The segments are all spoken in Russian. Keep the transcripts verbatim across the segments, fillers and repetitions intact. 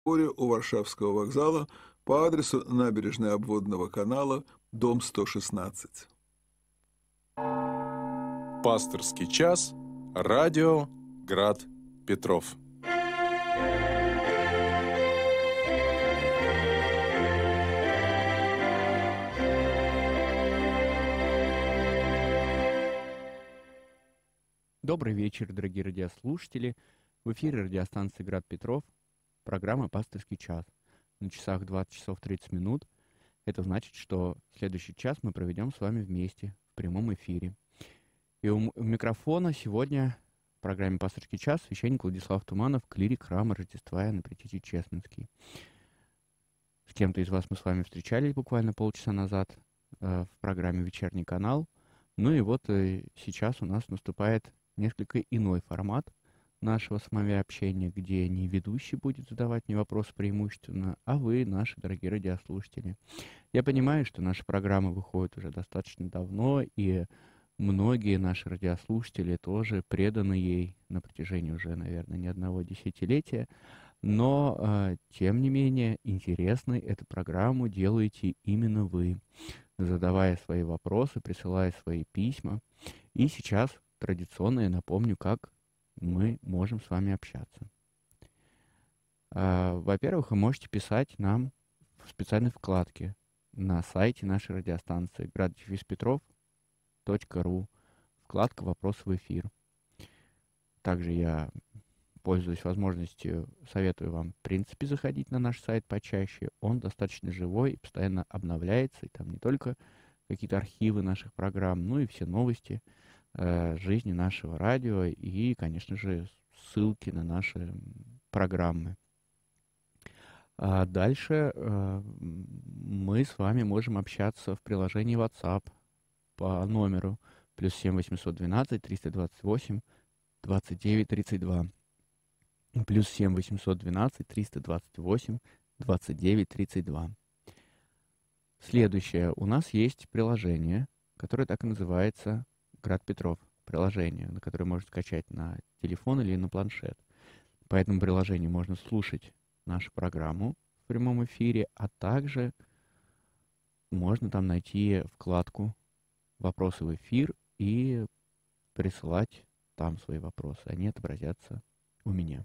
у Варшавского вокзала по адресу набережная Обводного канала, дом сто шестнадцать. Пасторский час. Радио Град Петров. Добрый вечер, дорогие радиослушатели. В эфире радиостанции «Град Петров», программа «Пасторский час». На часах двадцать часов тридцать минут. Это значит, что следующий час мы проведем с вами вместе, в прямом эфире. И у, у микрофона сегодня в программе «Пасторский час» священник Владислав Туманов, клирик храма Рождества Иоанна Предтечи Честновский. С кем-то из вас мы с вами встречались буквально полчаса назад э, в программе «Вечерний канал». Ну и вот э, сейчас у нас наступает несколько иной формат нашего с вами общения, где не ведущий будет задавать мне вопросы преимущественно, а вы, наши дорогие радиослушатели. Я понимаю, что наша программа выходит уже достаточно давно, и многие наши радиослушатели тоже преданы ей на протяжении уже, наверное, не одного десятилетия, но, э, тем не менее, интересной эту программу делаете именно вы, задавая свои вопросы, присылая свои письма. И сейчас традиционно я напомню, как мы можем с вами общаться. Во-первых, вы можете писать нам в специальной вкладке на сайте нашей радиостанции град петров точка ру, вкладка «Вопрос в эфир». Также я, пользуясь возможностью, советую вам, в принципе, заходить на наш сайт почаще. Он достаточно живой и постоянно обновляется, и там не только какие-то архивы наших программ, но и все новости э, жизни нашего радио и, конечно же, ссылки на наши программы. А дальше э, мы с вами можем общаться в приложении WhatsApp по номеру плюс семь восемьсот двенадцать триста двадцать восемь двадцать девять тридцать два. Плюс семь восемьсот двенадцать триста двадцать восемь двадцать девять тридцать два. Следующее. У нас есть приложение, которое так и называется «Град Петров». Приложение, на которое можно скачать на телефон или на планшет. По этому приложению можно слушать нашу программу в прямом эфире, а также можно там найти вкладку «Вопросы в эфир» и присылать там свои вопросы. Они отобразятся у меня.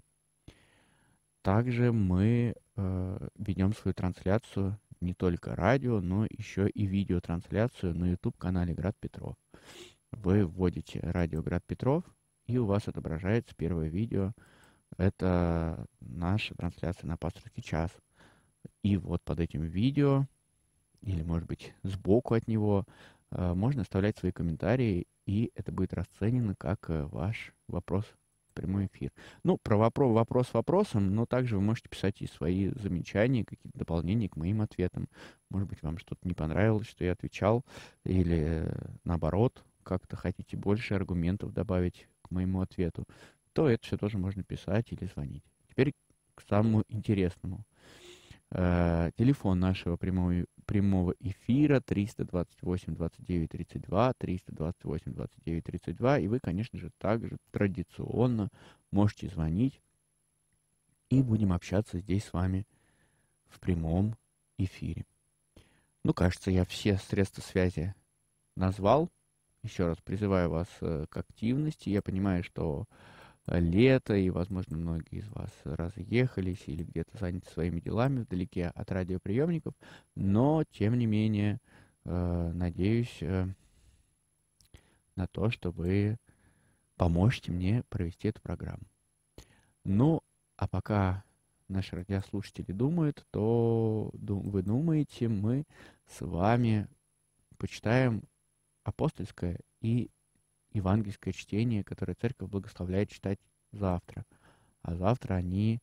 Также мы э, ведем свою трансляцию не только радио, но еще и видеотрансляцию на YouTube-канале «Град Петров». Вы вводите радио «Град Петров», и у вас отображается первое видео. Это наша трансляция на пасторский час. И вот под этим видео, или, может быть, сбоку от него, э, можно оставлять свои комментарии, и это будет расценено как э, ваш вопрос в прямой эфир. Ну, про вопрос, вопрос вопросом, но также вы можете писать и свои замечания, какие-то дополнения к моим ответам. Может быть, вам что-то не понравилось, что я отвечал, или наоборот, как-то хотите больше аргументов добавить к моему ответу, то это все тоже можно писать или звонить. Теперь к самому интересному. Э, телефон нашего прямого, прямого эфира триста двадцать восемь двадцать девять тридцать два, триста двадцать восемь двадцать девять тридцать два, и вы, конечно же, также традиционно можете звонить, и будем общаться здесь с вами в прямом эфире. Ну, кажется, я все средства связи назвал. Еще раз призываю вас э, к активности. Я понимаю, что лето, и, возможно, многие из вас разъехались или где-то заняты своими делами вдалеке от радиоприемников, но, тем не менее, э, надеюсь э, на то, что вы поможете мне провести эту программу. Ну, а пока наши радиослушатели думают, то дум- вы думаете, мы с вами почитаем апостольское и евангельское чтение, которое церковь благословляет читать завтра. А завтра они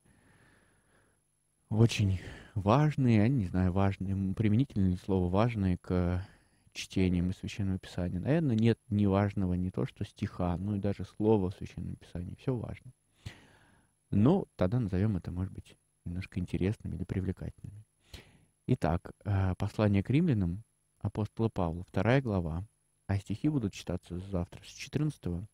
очень важные, я не знаю, важные, применительное ли слово важные к чтениям из Священного Писания. Наверное, нет ни важного, не то что стиха, но и даже слова в Священном Писании. Все важно. Но тогда назовем это, может быть, немножко интересными или привлекательными. Итак, послание к римлянам апостола Павла, вторая глава, а стихи будут читаться завтра с четырнадцатого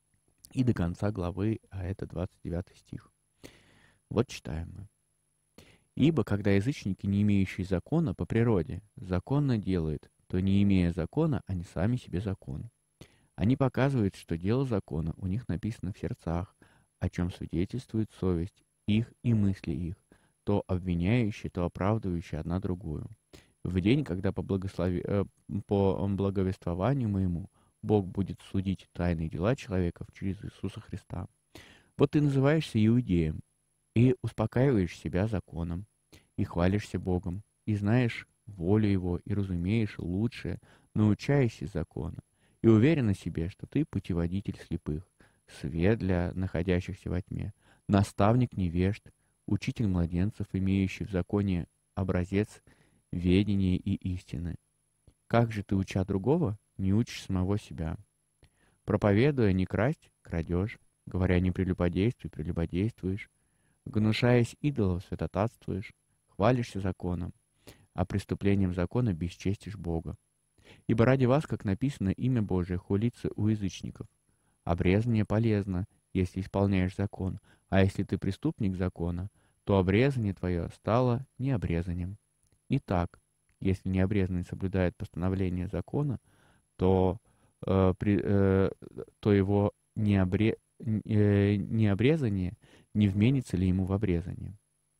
и до конца главы, а это двадцать девятый стих. Вот читаем мы. Ибо когда язычники, не имеющие закона по природе, законно делают, то не имея закона, они сами себе закон. Они показывают, что дело закона у них написано в сердцах, о чем свидетельствует совесть их и мысли их, то обвиняющие, то оправдывающие одна другую. В день, когда по, благослови... э, по благовествованию моему Бог будет судить тайные дела человеков через Иисуса Христа. Вот ты называешься иудеем и успокаиваешь себя законом, и хвалишься Богом, и знаешь волю Его, и разумеешь лучшее, научаешься закона, и уверен о себе, что ты путеводитель слепых, свет для находящихся во тьме, наставник невежд, учитель младенцев, имеющий в законе образец ведения и истины. Как же ты, уча другого, не учишь самого себя? Проповедуя не красть, крадешь, говоря не прелюбодействуй, прелюбодействуешь, гнушаясь идолов, святотатствуешь, хвалишься законом, а преступлением закона бесчестишь Бога. Ибо ради вас, как написано, имя Божие хулится у язычников. Обрезание полезно, если исполняешь закон, а если ты преступник закона, то обрезание твое стало необрезанием. Итак, если необрезанный соблюдает постановление закона, то, э, при, э, то его необре, э, необрезание не вменится ли ему в обрезание.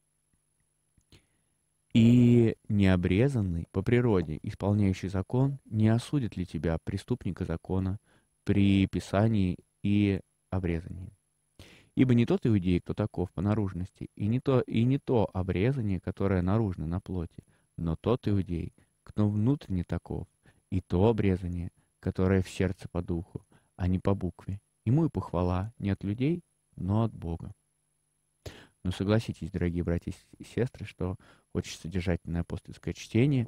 И необрезанный по природе, исполняющий закон, не осудит ли тебя, преступника закона, при писании и обрезании? Ибо не тот иудей, кто таков по наружности, и не то, и не то обрезание, которое наружно на плоти, но тот иудей, кто внутренне таков, и то обрезание, которое в сердце по духу, а не по букве. Ему и похвала не от людей, но от Бога. Но согласитесь, дорогие братья и сестры, что очень содержательное апостольское чтение,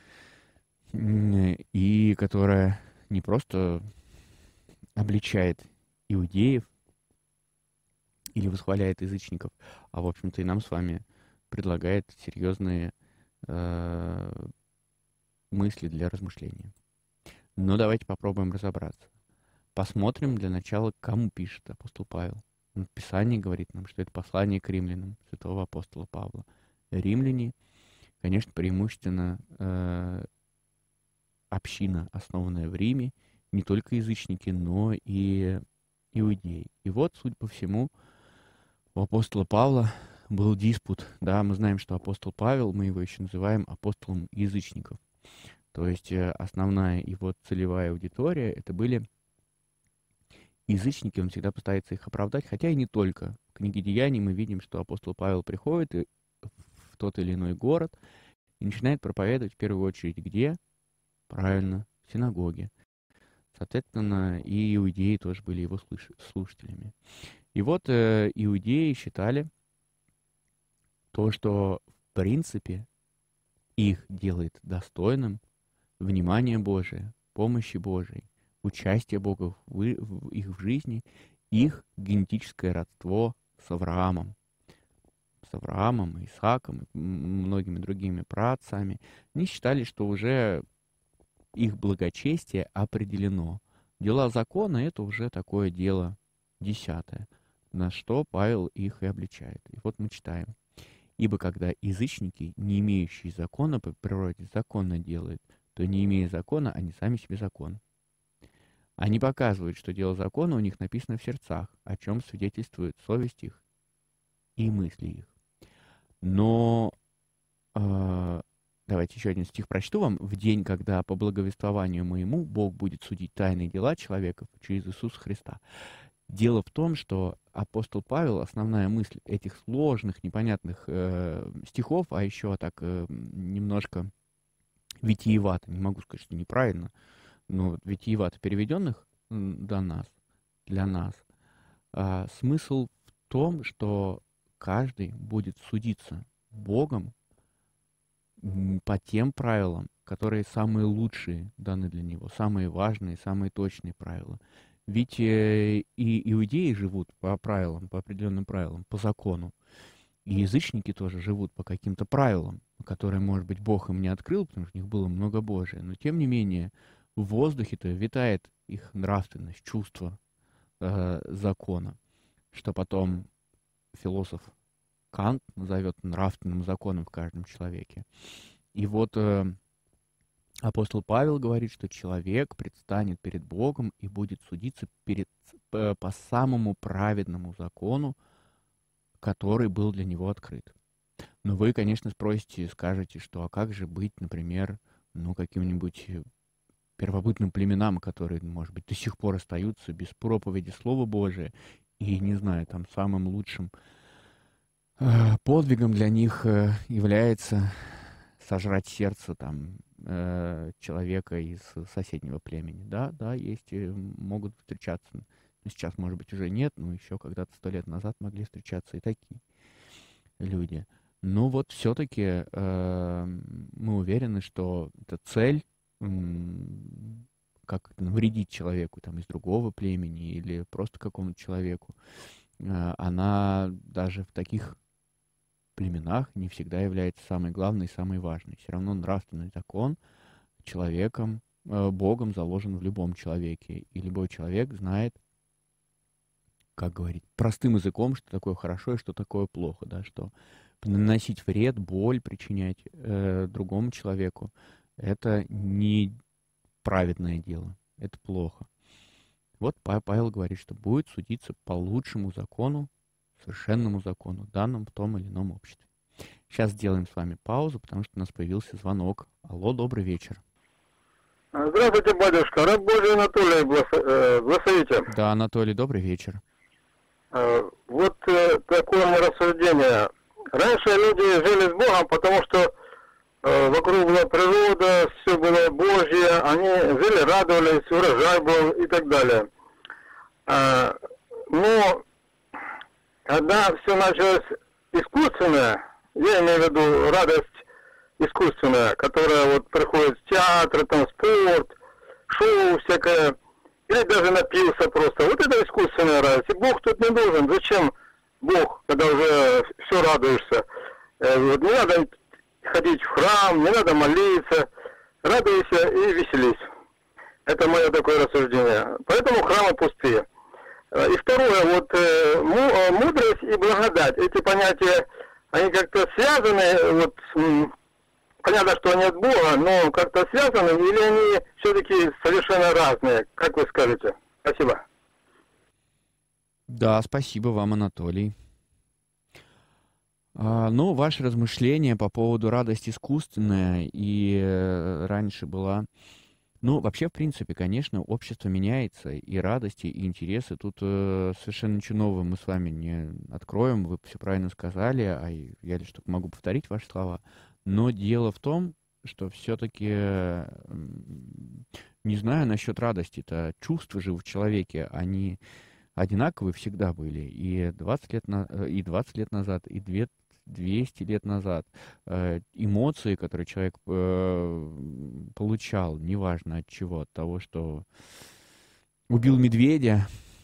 и которое не просто обличает иудеев или восхваляет язычников, а, в общем-то, и нам с вами предлагает серьезные э, мысли для размышления. Но давайте попробуем разобраться. Посмотрим для начала, кому пишет апостол Павел. В Писании говорит нам, что это послание к римлянам святого апостола Павла. Римляне, конечно, преимущественно э, община, основанная в Риме, не только язычники, но и иудеи. И вот, судя по всему, у апостола Павла был диспут. Да, мы знаем, что апостол Павел, мы его еще называем апостолом язычников. То есть э, основная его целевая аудитория — это были язычники, он всегда пытается их оправдать, хотя и не только. В книге Деяний мы видим, что апостол Павел приходит в тот или иной город и начинает проповедовать в первую очередь где? Правильно, в синагоге. Соответственно, и иудеи тоже были его слушателями. И вот э, иудеи считали то, что в принципе их делает достойным внимания Божия, помощи Божией, участие Бога в, в их в жизни, их генетическое родство с Авраамом. С Авраамом, Исааком и многими другими праотцами. Они считали, что уже их благочестие определено. Дела закона — это уже такое дело десятое, на что Павел их и обличает. И вот мы читаем. «Ибо когда язычники, не имеющие закона по природе, законно делают, то, не имея закона, они сами себе закон. Они показывают, что дело закона у них написано в сердцах, о чем свидетельствует совесть их и мысли их». Но э, давайте еще один стих прочту вам. «В день, когда по благовествованию моему Бог будет судить тайные дела человеков через Иисуса Христа». Дело в том, что апостол Павел, основная мысль этих сложных, непонятных э, стихов, а еще так э, немножко витиевато, не могу сказать, что неправильно, но витиевато переведенных до нас, для нас, э, смысл в том, что каждый будет судиться Богом по тем правилам, которые самые лучшие даны для него, самые важные, самые точные правила. Ведь э, и иудеи живут по правилам, по определенным правилам, по закону. И язычники тоже живут по каким-то правилам, которые, может быть, Бог им не открыл, потому что у них было многобожие. Но, тем не менее, в воздухе-то витает их нравственность, чувство э, закона, что потом философ Кант назовет нравственным законом в каждом человеке. И вот э, апостол Павел говорит, что человек предстанет перед Богом и будет судиться перед, э, по самому праведному закону, который был для него открыт. Но вы, конечно, спросите, скажете, что а как же быть, например, ну, каким-нибудь первобытным племенам, которые, может быть, до сих пор остаются без проповеди Слова Божия, и, не знаю, там самым лучшим э, подвигом для них э, является сожрать сердце там э, человека из соседнего племени. Да, да, есть, могут встречаться. Сейчас, может быть, уже нет, но еще когда-то сто лет назад могли встречаться и такие люди. Но вот все-таки э, мы уверены, что эта цель, э, как навредить человеку там, из другого племени или просто какому-то человеку, э, она даже в таких племенах не всегда является самой главной и самой важной. Все равно нравственный закон человеком, э, Богом заложен в любом человеке. И любой человек знает, как говорить, простым языком, что такое хорошо и что такое плохо, да, что наносить вред, боль причинять э, другому человеку, это не праведное дело, это плохо. Вот Павел говорит, что будет судиться по лучшему закону, совершенному закону, данному в том или ином обществе. Сейчас сделаем с вами паузу, потому что у нас появился звонок. Алло, добрый вечер. Здравствуйте, батюшка. Раб Божий Анатолий, благословите. Да, Анатолий, добрый вечер. Вот такое рассуждение. Раньше люди жили с Богом, потому что вокруг была природа, все было Божье, они жили, радовались, урожай был и так далее. Но когда все началось искусственное, я имею в виду радость искусственная, которая вот приходит в театр, там спорт, шоу всякое, или даже напился просто. Вот это искусственная радость. И Бог тут не должен. Зачем Бог, когда уже все радуешься? Вот не надо ходить в храм, не надо молиться. Радуйся и веселись. Это мое такое рассуждение. Поэтому храмы пустые. И второе, вот мудрость и благодать. Эти понятия, они как-то связаны, вот, понятно, что они от Бога, но как-то связаны, или они все-таки совершенно разные? Как вы скажете? Спасибо. Да, спасибо вам, Анатолий. А, ну, ваши размышления по поводу радости искусственная и э, раньше была... Ну, вообще, в принципе, конечно, общество меняется, и радости, и интересы. Тут э, совершенно ничего нового мы с вами не откроем, вы все правильно сказали, а я лишь только могу повторить ваши слова. Но дело в том, что все-таки, не знаю насчет радости-то, чувства же в человеке, они одинаковые всегда были. И двадцать лет, на, и двадцать лет назад, и двести лет назад. Эмоции, которые человек получал, неважно от чего, от того, что убил медведя,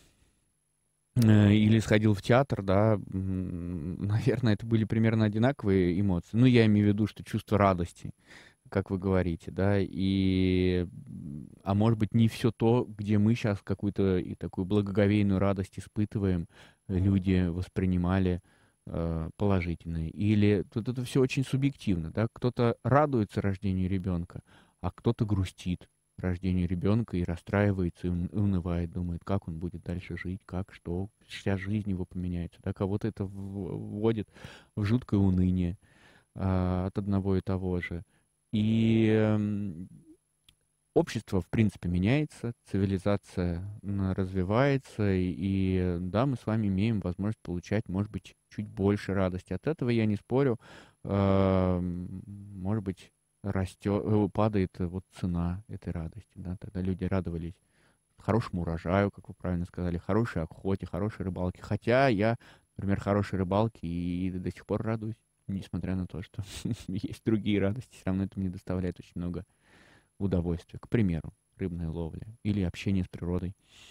или сходил в театр, да, наверное, это были примерно одинаковые эмоции. Ну, я имею в виду, что чувство радости, как вы говорите, да, и, а может быть, не все то, где мы сейчас какую-то и такую благоговейную радость испытываем, люди воспринимали э, положительно. Или тут это все очень субъективно, да, кто-то радуется рождению ребенка, а кто-то грустит рождению ребенка и расстраивается, и унывает, думает, как он будет дальше жить, как, что, вся жизнь его поменяется. Да? Кого-то это вводит в жуткое уныние а, от одного и того же. И э, общество, в принципе, меняется, цивилизация развивается, и, и да, мы с вами имеем возможность получать, может быть, чуть больше радости. От этого я не спорю. Э, может быть, растет, падает вот цена этой радости, да, тогда люди радовались хорошему урожаю, как вы правильно сказали, хорошей охоте, хорошей рыбалке, хотя я, например, хорошей рыбалке и до сих пор радуюсь, несмотря на то, что есть другие радости, все равно это мне доставляет очень много удовольствия, к примеру, рыбная ловля или общение с природой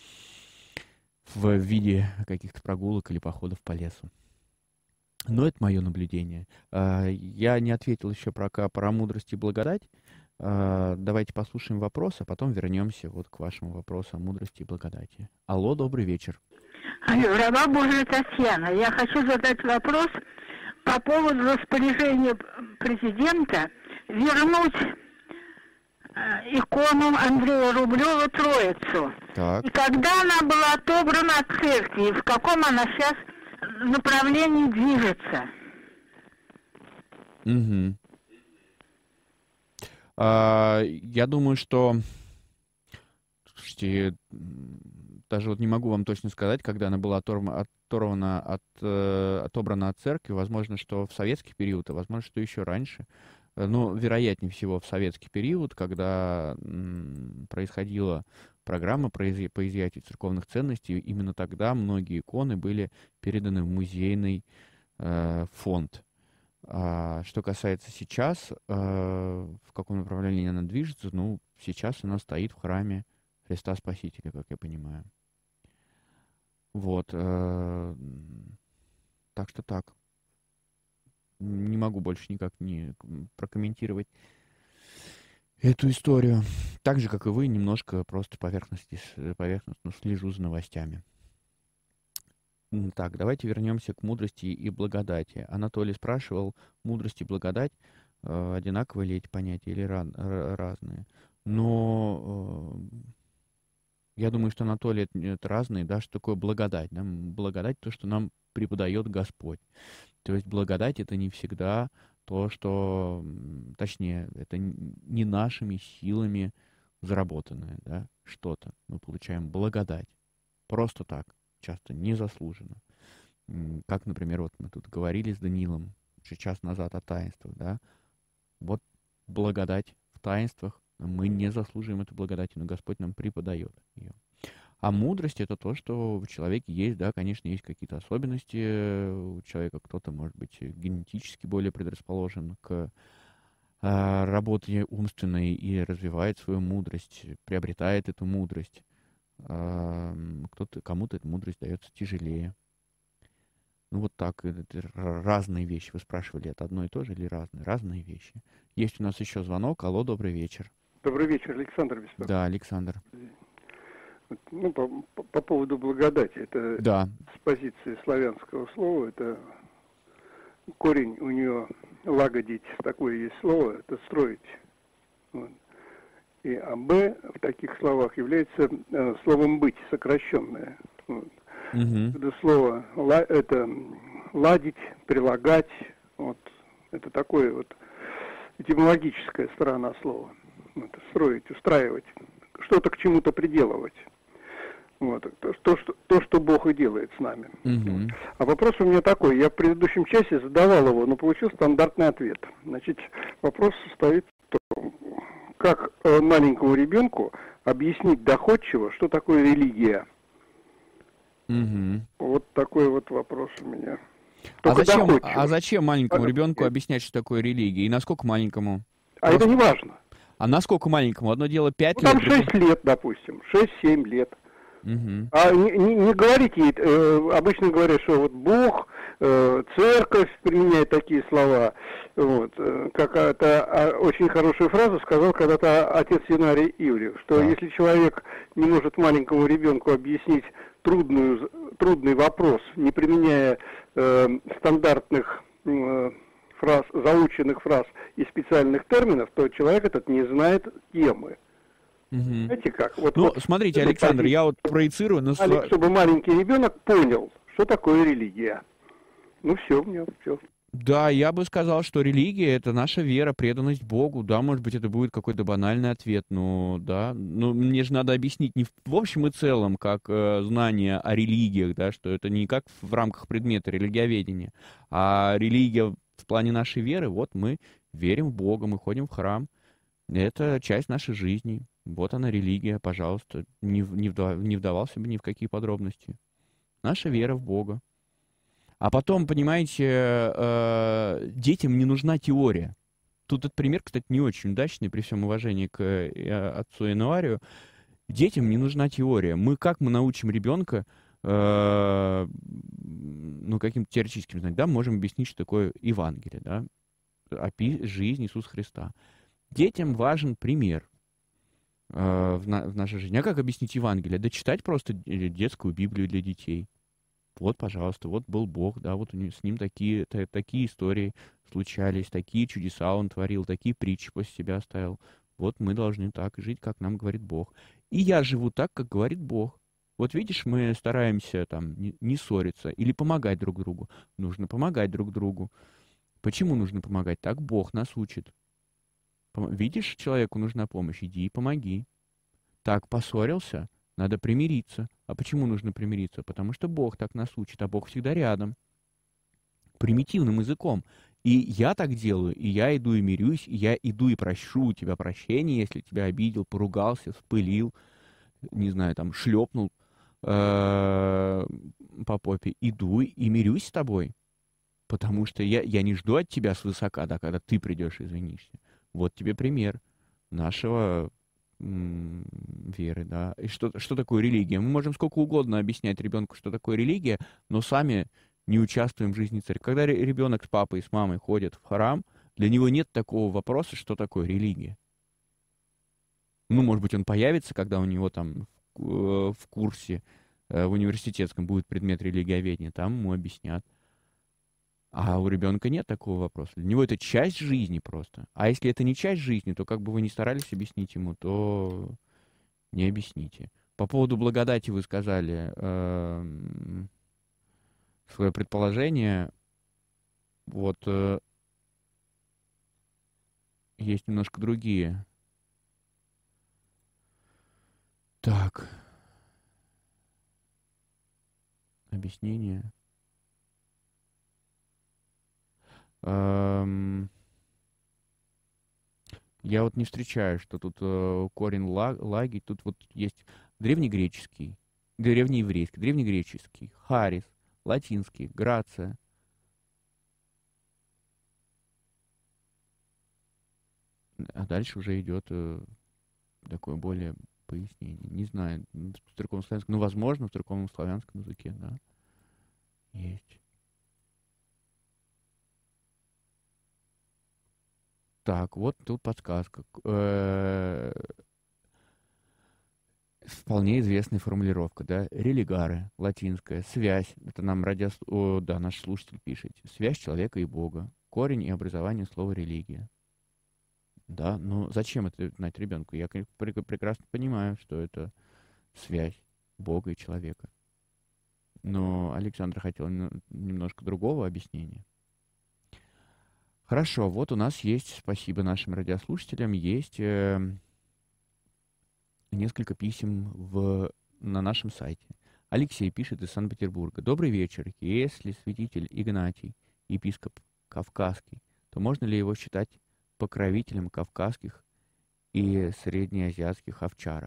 в виде каких-то прогулок или походов по лесу. Но это мое наблюдение. Я не ответил еще про, про мудрость и благодать. Давайте послушаем вопрос, а потом вернемся вот к вашему вопросу о мудрости и благодати. Алло, добрый вечер. Алло, раба Божия Татьяна. Я хочу задать вопрос по поводу распоряжения президента вернуть э, икону Андрея Рублева Троицу. Так. И когда она была отобрана от церкви, и в каком она сейчас направлении движется? Угу. А, я думаю, что... Слушайте, даже вот не могу вам точно сказать, когда она была оторвана, оторвана от, э, отобрана от церкви. Возможно, что в советский период, а возможно, что еще раньше. Но, вероятнее всего, в советский период, когда м, происходила программа по изъятию церковных ценностей, именно тогда многие иконы были переданы в музейный э, фонд. А что касается сейчас, э, в каком направлении она движется, ну, сейчас она стоит в храме Христа Спасителя, как я понимаю. Вот. Э, так что так. Не могу больше никак не прокомментировать эту историю. Так же, как и вы, немножко просто поверхностно, поверхностно слежу за новостями. Так, давайте вернемся к мудрости и благодати. Анатолий спрашивал, мудрость и благодать, э, одинаковые ли эти понятия или ra- разные? Но э, я думаю, что, Анатолий, это, это разные, да, что такое благодать? Да? Благодать — то, что нам преподает Господь. То есть благодать — это не всегда то, что, точнее, это не нашими силами заработанное, да, что-то. Мы получаем благодать. Просто так, часто незаслуженно. Как, например, вот мы тут говорили с Даниилом уже час назад о таинствах, да. Вот благодать в таинствах, мы не заслуживаем эту благодать, но Господь нам преподает ее. А мудрость — это то, что в человеке есть, да, конечно, есть какие-то особенности у человека. Кто-то, может быть, генетически более предрасположен к а, работе умственной и развивает свою мудрость, приобретает эту мудрость. А, кто-то, кому-то эта мудрость дается тяжелее. Ну, вот так, это разные вещи. Вы спрашивали, это одно и то же или разные? Разные вещи. Есть у нас еще звонок. Алло, добрый вечер. Добрый вечер, Александр беспокоит. Да, Александр. Ну, по, по, по поводу благодати, это да. С позиции славянского слова, это корень у нее лагодить, такое есть слово, это строить. Вот. И а Б в таких словах является э, словом быть, сокращенное. Вот. Угу. Это слово ла, это ладить, прилагать, вот, это такое вот этимологическая сторона слова. Вот, строить, устраивать, что-то к чему-то приделывать. Вот, то, что, то, что Бог и делает с нами. Uh-huh. А вопрос у меня такой. Я в предыдущем часе задавал его, но получил стандартный ответ. Значит, вопрос состоит в том, как маленькому ребенку объяснить доходчиво, что такое религия. Uh-huh. Вот такой вот вопрос у меня. А зачем, а зачем маленькому ребенку объяснять, что такое религия? И насколько маленькому? А Просто... это не важно. А насколько маленькому? Одно дело пять ну, лет. Там шесть другое... лет, допустим. шесть-семь лет. Угу. А не, не, не говорите, э, обычно говорят, что вот Бог, э, церковь применяет такие слова. Вот, э, какая-то а, очень хорошую фразу сказал когда-то отец Янарий Ивлев, что да. Если человек не может маленькому ребенку объяснить трудную, трудный вопрос, не применяя э, стандартных э, фраз, заученных фраз и специальных терминов, то человек этот не знает темы. Угу. Знаете как? Вот, ну, вот, смотрите, Александр, позиция, я вот проецирую на... Чтобы маленький ребенок понял, что такое религия. Ну все, у меня все. Да, я бы сказал, что религия — это наша вера, преданность Богу. Да, может быть, это будет какой-то банальный ответ, но да. Но мне же надо объяснить не в, в общем и целом, как э, знание о религиях, да, что это не как в рамках предмета религиоведения, а религия в плане нашей веры. Вот мы верим в Бога, мы ходим в храм. Это часть нашей жизни. Вот она, религия, пожалуйста. Не, не, вдав, не вдавался бы ни в какие подробности. Наша вера в Бога. А потом, понимаете, э, детям не нужна теория. Тут этот пример, кстати, не очень удачный, при всем уважении к э, отцу Януарию. Детям не нужна теория. Мы как мы научим ребенка, э, ну, каким-то теоретическим знанием, да, можем объяснить, что такое Евангелие, да, опи- жизнь Иисуса Христа. Детям важен пример э, в, на, в нашей жизни. А как объяснить Евангелие? Да читать просто детскую Библию для детей. Вот, пожалуйста, вот был Бог, да, вот у него, с ним такие, та- такие истории случались, такие чудеса он творил, такие притчи после себя оставил. Вот мы должны так жить, как нам говорит Бог. И я живу так, как говорит Бог. Вот видишь, мы стараемся там не, не ссориться или помогать друг другу. Нужно помогать друг другу. Почему нужно помогать? Так Бог нас учит. Пом- Видишь, человеку нужна помощь, иди и помоги. Так поссорился, надо примириться. А почему нужно примириться? Потому что Бог так нас учит, а Бог всегда рядом. Примитивным языком. И я так делаю, и я иду и мирюсь, и я иду и прошу у тебя прощения, если тебя обидел, поругался, вспылил, не знаю, там, шлепнул э, по попе. Иду и мирюсь с тобой. Потому что я, я не жду от тебя свысока, да, когда ты придешь и извинишься. Вот тебе пример нашего м, веры, да. И что, что такое религия? Мы можем сколько угодно объяснять ребенку, что такое религия, но сами не участвуем в жизни церкви. Когда ре- ребенок с папой и с мамой ходит в храм, для него нет такого вопроса, что такое религия. Ну, может быть, он появится, когда у него там в, в курсе э, в университетском будет предмет религиоведения, там ему объяснят. А у ребенка нет такого вопроса. Для него это часть жизни просто. А если это не часть жизни, то как бы вы ни старались объяснить ему, то не объясните. По поводу благодати вы сказали эм, свое предположение. Вот э, есть немножко другие. Так. Объяснение. Эм, Я вот не встречаю, что тут э, корень ла- лаги, тут вот есть древнегреческий, древнееврейский, древнегреческий, харис, латинский, грация. А дальше уже идет э, такое более пояснение. Не знаю, м, в церковнославянском, ну, возможно, в церковнославянском языке, да, есть. Так, вот тут подсказка. К- э, Вполне известная формулировка, да, религары, латинская, связь, это нам радио, о, да, наш слушатель пишет, связь человека и Бога, корень и образование слова религия. Да, но зачем это знать ребенку? Я кон- пре- прекрасно понимаю, что это связь Бога и человека. Но Александр хотел н- немножко другого объяснения. Хорошо, вот у нас есть, спасибо нашим радиослушателям, есть э, несколько писем в, на нашем сайте. Алексей пишет из Санкт-Петербурга. Добрый вечер. Если святитель Игнатий, епископ Кавказский, то можно ли его считать покровителем кавказских и среднеазиатских овчарок?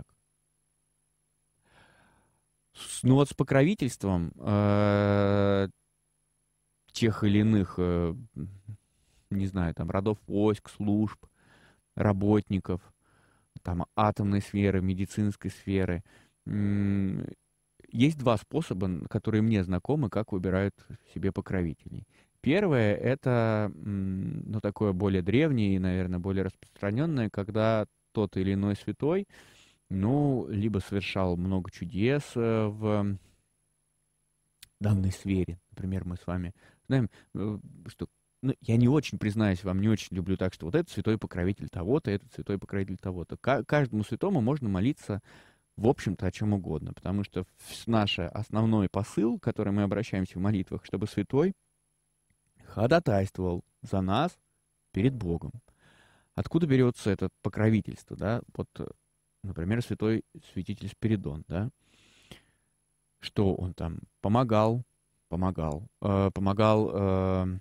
С- Ну вот с покровительством э, тех или иных, э, не знаю, там, родов войск, служб, работников, там, атомной сферы, медицинской сферы. М, Есть два способа, н- которые мне знакомы, как выбирают себе покровителей. Первое — это, м, ну, такое более древнее и, наверное, более распространенное, когда тот или иной святой, ну, либо совершал много чудес э, в данной сфере. Например, мы с вами знаем, э, что, ну, я не очень, признаюсь вам, не очень люблю так, что вот этот святой покровитель того-то, этот святой покровитель того-то. Ка- каждому святому можно молиться, в общем-то, о чем угодно, потому что вс- наш основной посыл, к которому мы обращаемся в молитвах, чтобы святой ходатайствовал за нас перед Богом. Откуда берется это покровительство, да? Вот, э, например, святой святитель Спиридон, да? Что он там помогал, помогал, э, помогал э,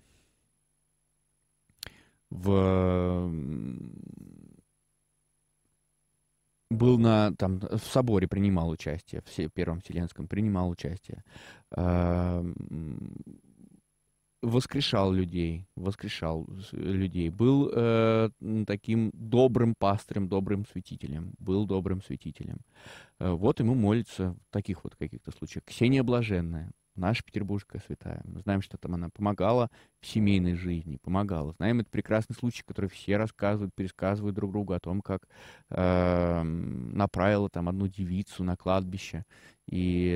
в м, был на там в соборе, принимал участие, в се- Первом Вселенском принимал участие, а, м, воскрешал людей, воскрешал с- людей, был э, м, таким добрым пастырем, добрым святителем, был добрым святителем. Э, Вот ему молится в таких вот каких-то случаях. Ксения Блаженная, наша петербургская святая. Мы знаем, что там она помогала в семейной жизни, помогала. Знаем, это прекрасный случай, который все рассказывают, пересказывают друг другу о том, как э, направила там одну девицу на кладбище. И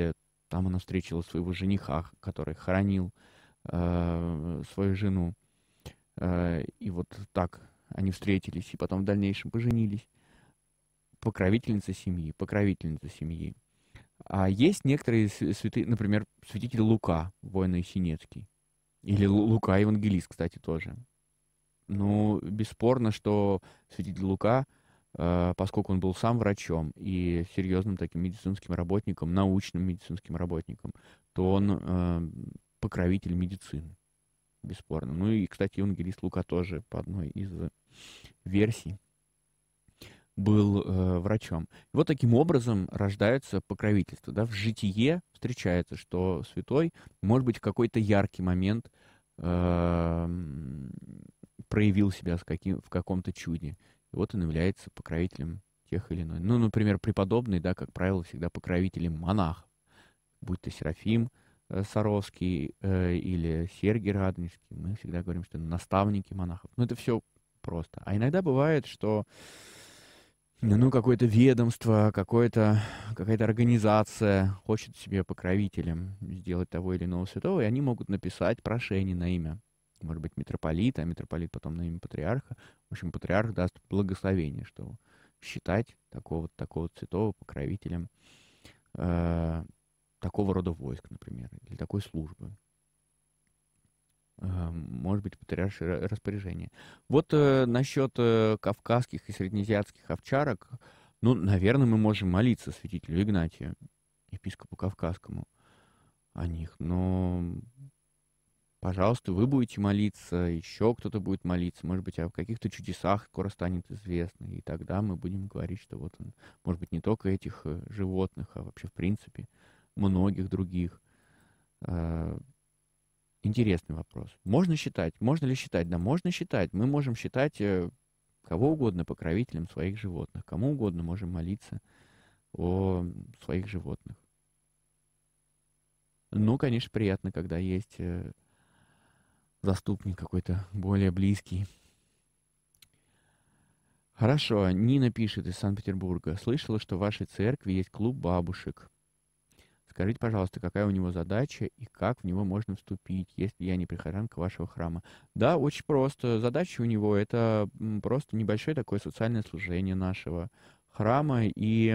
Там она встретила своего жениха, который хоронил э, свою жену. Э, и вот так они встретились, и потом в дальнейшем поженились. Покровительница семьи, покровительница семьи. А есть некоторые святые, например, святитель Лука, воин Есенинский. Или Лука евангелист, кстати, тоже. Ну, бесспорно, что святитель Лука, э, поскольку он был сам врачом и серьезным таким медицинским работником, научным медицинским работником, то он э, покровитель медицины, бесспорно. Ну и, кстати, евангелист Лука тоже по одной из версий был э, врачом. И вот таким образом рождается покровительство. Да? В житие встречается, что святой, может быть, в какой-то яркий момент э, проявил себя с каким, в каком-то чуде. И вот он является покровителем тех или иных. Ну, например, преподобный, да, как правило, всегда покровителем монахов. Будь то Серафим э, Саровский э, или Сергий Радонежский. Мы всегда говорим, что наставники монахов. Ну, это все просто. А иногда бывает, что ну, какое-то ведомство, какое-то, какая-то организация хочет себе покровителем сделать того или иного святого, и они могут написать прошение на имя, может быть, митрополита, а митрополит потом на имя патриарха. В общем, патриарх даст благословение, что считать такого такого святого покровителем э, такого рода войск, например, или такой службы. Может быть, патриаршее распоряжение. Вот э, насчет э, кавказских и среднеазиатских овчарок, ну, наверное, мы можем молиться святителю Игнатию, епископу Кавказскому, о них. Но, пожалуйста, вы будете молиться, еще кто-то будет молиться, может быть, о каких-то чудесах скоро станет известно, и тогда мы будем говорить, что вот он, может быть, не только этих э, животных, а вообще, в принципе, многих других. Э, Интересный вопрос. Можно считать? Можно ли считать? Да, можно считать. Мы можем считать э, кого угодно покровителем своих животных. Кому угодно можем молиться о своих животных. Ну, конечно, приятно, когда есть э, заступник какой-то более близкий. Хорошо. Нина пишет из Санкт-Петербурга. Слышала, что в вашей церкви есть клуб бабушек. Скажите, пожалуйста, какая у него задача и как в него можно вступить, если я не прихожанка вашего храма? Да, очень просто. Задача у него — это просто небольшое такое социальное служение нашего храма и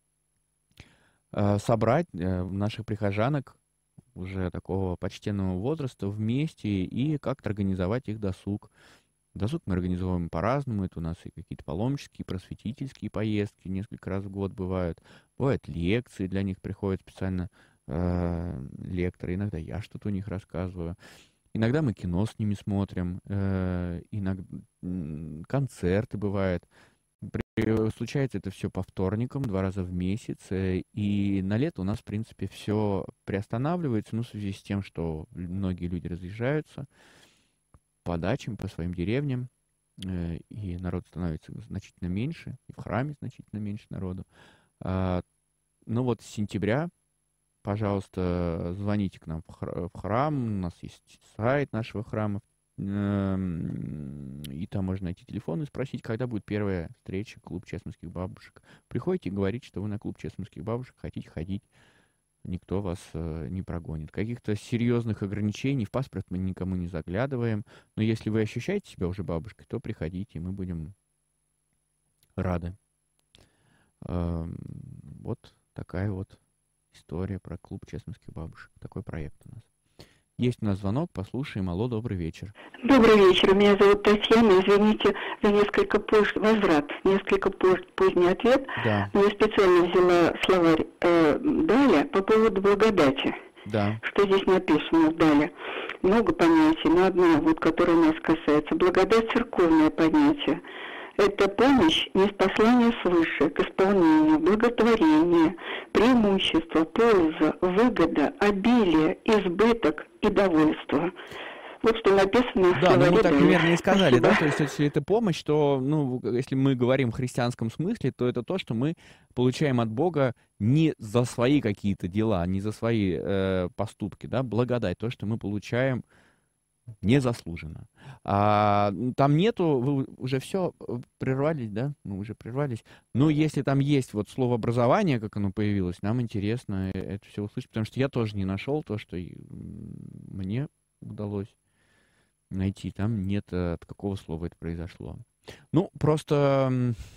э, собрать э, наших прихожанок уже такого почтенного возраста вместе и как-то организовать их досуг. Досуг мы организовываем по-разному. Это у нас и какие-то паломнические, просветительские поездки несколько раз в год бывают. Бывают лекции, для них приходят специально э, лекторы. Иногда я что-то у них рассказываю. Иногда мы кино с ними смотрим. Э, иногда концерты бывают. При, случается это все по вторникам, два раза в месяц. Э, и на лето у нас, в принципе, все приостанавливается. Ну, в связи с тем, что многие люди разъезжаются по дачам, по своим деревням, э, и народ становится значительно меньше, и в храме значительно меньше народу. А, ну вот с сентября, пожалуйста, звоните к нам в, хр- в храм, у нас есть сайт нашего храма, э, и там можно найти телефон и спросить, когда будет первая встреча клуб чесменских бабушек. Приходите и говорите, что вы на клуб чесменских бабушек хотите ходить. Никто вас э, не прогонит. Каких-то серьезных ограничений в паспорт мы никому не заглядываем. Но если вы ощущаете себя уже бабушкой, то приходите, мы будем рады. Э, вот такая вот история про клуб чесменских бабушек. Такой проект у нас. Есть у нас звонок, послушаем. Алло, добрый вечер. Добрый вечер, меня зовут Татьяна. Извините за несколько поздний возврат, несколько поз, поздний ответ. Да. Но я специально взяла словарь э, Даля по поводу благодати. Да. Что здесь написано в Дале? Много понятий, но одно, вот, которое нас касается. Благодать — церковное понятие. Это помощь ниспослания свыше к исполнению, благотворение, преимущество, польза, выгода, обилие, избыток и довольство. Вот что написано в Да, ну мы так Даля. примерно и сказали, Спасибо. да, то есть если это помощь, то, ну, если мы говорим в христианском смысле, то это то, что мы получаем от Бога не за свои какие-то дела, не за свои э, поступки, да, благодать, то, что мы получаем Незаслуженно. А, там нету, вы уже все прервались, да? Мы уже прервались. Но если там есть вот слово образование, как оно появилось, нам интересно это все услышать, потому что я тоже не нашел то, что и мне удалось найти. Там нет, от какого слова это произошло. Ну, просто...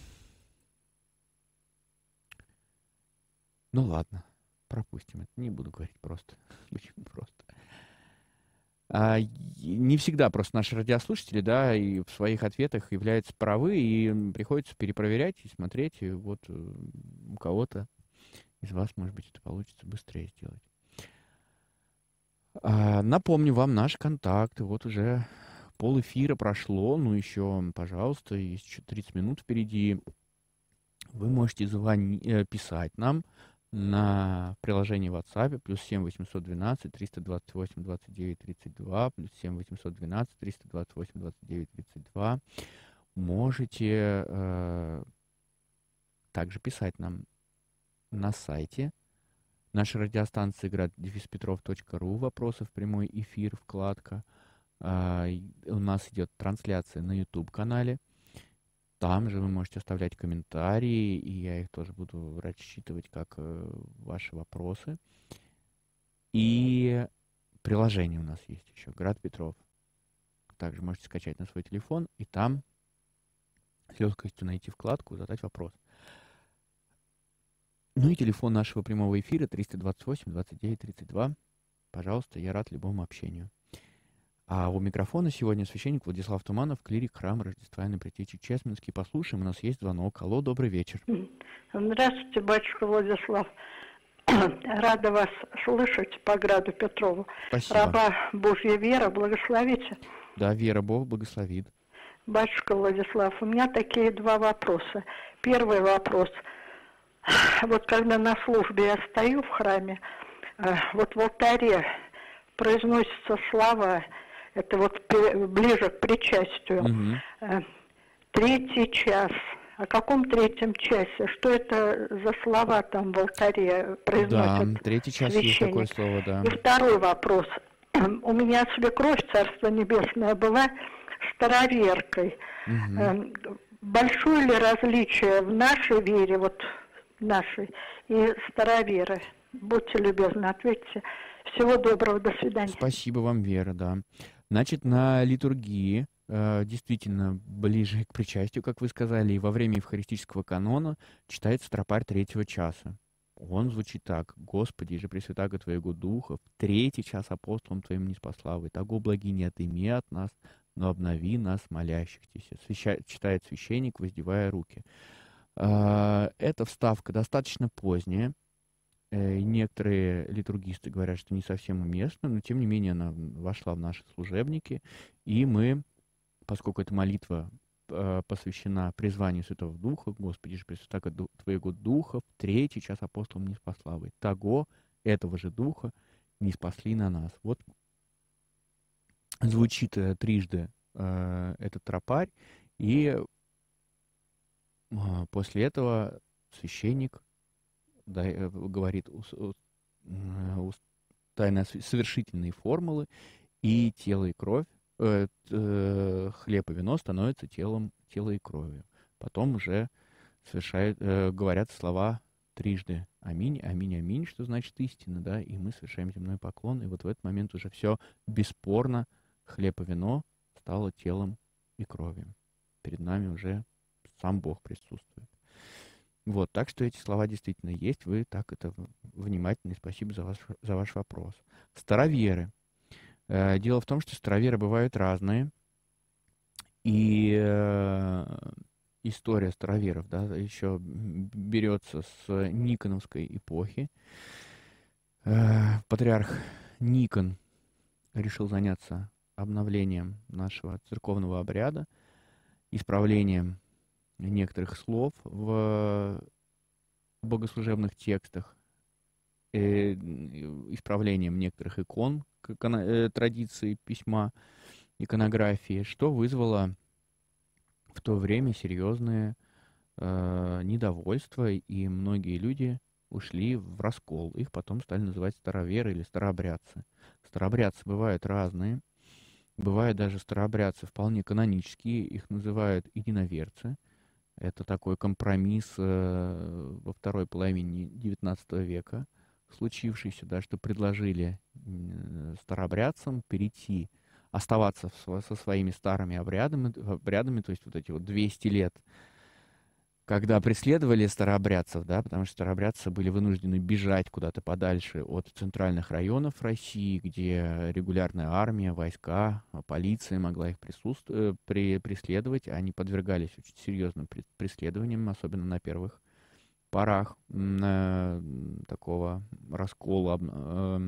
Ну ладно, пропустим это. Не буду говорить просто. Очень просто. А, не всегда просто наши радиослушатели, да, и в своих ответах являются правы, и приходится перепроверять и смотреть, и вот у кого-то из вас, может быть, это получится быстрее сделать. А, напомню вам наши контакты. Вот уже полэфира прошло, ну еще, пожалуйста, есть еще тридцать минут впереди. Вы можете звонить, писать нам на приложении WhatsApp плюс семь восемьсот двенадцать триста двадцать восемь двадцать девять тридцать два, плюс семь восемьсот двенадцать триста двадцать восемь двадцать девять тридцать два. Можете э, также писать нам на сайте нашей радиостанции град петров точка ру, вопросы в прямой эфир, вкладка. Э, у нас идет трансляция на YouTube-канале. Там же вы можете оставлять комментарии, и я их тоже буду рассчитывать как э, ваши вопросы. И приложение у нас есть еще, Град Петров. Также можете скачать на свой телефон, и там с легкостью найти вкладку, задать вопрос. Ну и телефон нашего прямого эфира триста двадцать восемь двадцать девять тридцать два. Пожалуйста, я рад любому общению. А у микрофона сегодня священник Владислав Туманов, клирик храма Рождества и Предтечи Чесменский. Послушаем, у нас есть звонок. Алло, добрый вечер. Здравствуйте, батюшка Владислав. Рада вас слышать по Граду Петрову. Спасибо. Раба Божья Вера, благословите. Да, Вера, Бог благословит. Батюшка Владислав, у меня такие два вопроса. Первый вопрос. Вот когда на службе я стою в храме, вот в алтаре произносятся слова, это вот ближе к причастию. Угу. Третий час. О каком третьем часе? Что это за слова там в алтаре произносят? Да, третий час есть такое слово, да. И второй вопрос. У меня свекровь, Царство Небесное, была староверкой. Угу. Большое ли различие в нашей вере, вот нашей, и староверы? Будьте любезны, ответьте. Всего доброго, до свидания. Спасибо вам, Вера, да. Значит, на литургии, э, действительно, ближе к причастию, как вы сказали, и во время евхаристического канона читается тропарь третьего часа. Он звучит так: «Господи, же пресвятаго Твоего Духа, в третий час апостолом Твоим неспославы, того благи не отыми от нас, но обнови нас, молящихся». Свяща... Читает священник, воздевая руки. Э, эта вставка достаточно поздняя. Некоторые литургисты говорят, что не совсем уместно, но тем не менее она вошла в наши служебники, и мы, поскольку эта молитва э, посвящена призванию Святого Духа, Господи же пресвятаго Твоего Духа, в третий час апостолам неспославы, того, этого же Духа не спасли на нас. Вот звучит э, трижды э, этот тропарь, и э, после этого священник да, говорит тайно совершительные формулы, и тело и кровь, э, э, хлеб и вино становятся телом, тело и кровью. Потом уже совершают, э, говорят слова трижды «Аминь, аминь, аминь», что значит истина, да, и мы совершаем земной поклон, и вот в этот момент уже все бесспорно, хлеб и вино стало телом и кровью. Перед нами уже сам Бог присутствует. Вот, так что эти слова действительно есть, вы так это внимательны, спасибо за ваш, за ваш вопрос. Староверы. Э, дело в том, что староверы бывают разные, и э, история староверов, да, еще берется с Никоновской эпохи. Э, патриарх Никон решил заняться обновлением нашего церковного обряда, исправлением некоторых слов в богослужебных текстах, э, исправлением некоторых икон, э, традиции письма, иконографии, что вызвало в то время серьезное э, недовольство, и многие люди ушли в раскол. Их потом стали называть староверы или старообрядцы. Старообрядцы бывают разные. Бывают даже старообрядцы вполне канонические, их называют единоверцы. Это такой компромисс э, во второй половине девятнадцатого века, случившийся, да, что предложили э, старообрядцам перейти, оставаться в, со своими старыми обрядами, обрядами, то есть вот эти вот двести лет, когда преследовали старообрядцев, да, потому что старообрядцы были вынуждены бежать куда-то подальше от центральных районов России, где регулярная армия, войска, полиция могла их присутствовать, при, преследовать. Они подвергались очень серьезным преследованиям, особенно на первых порах э, такого раскола. Э,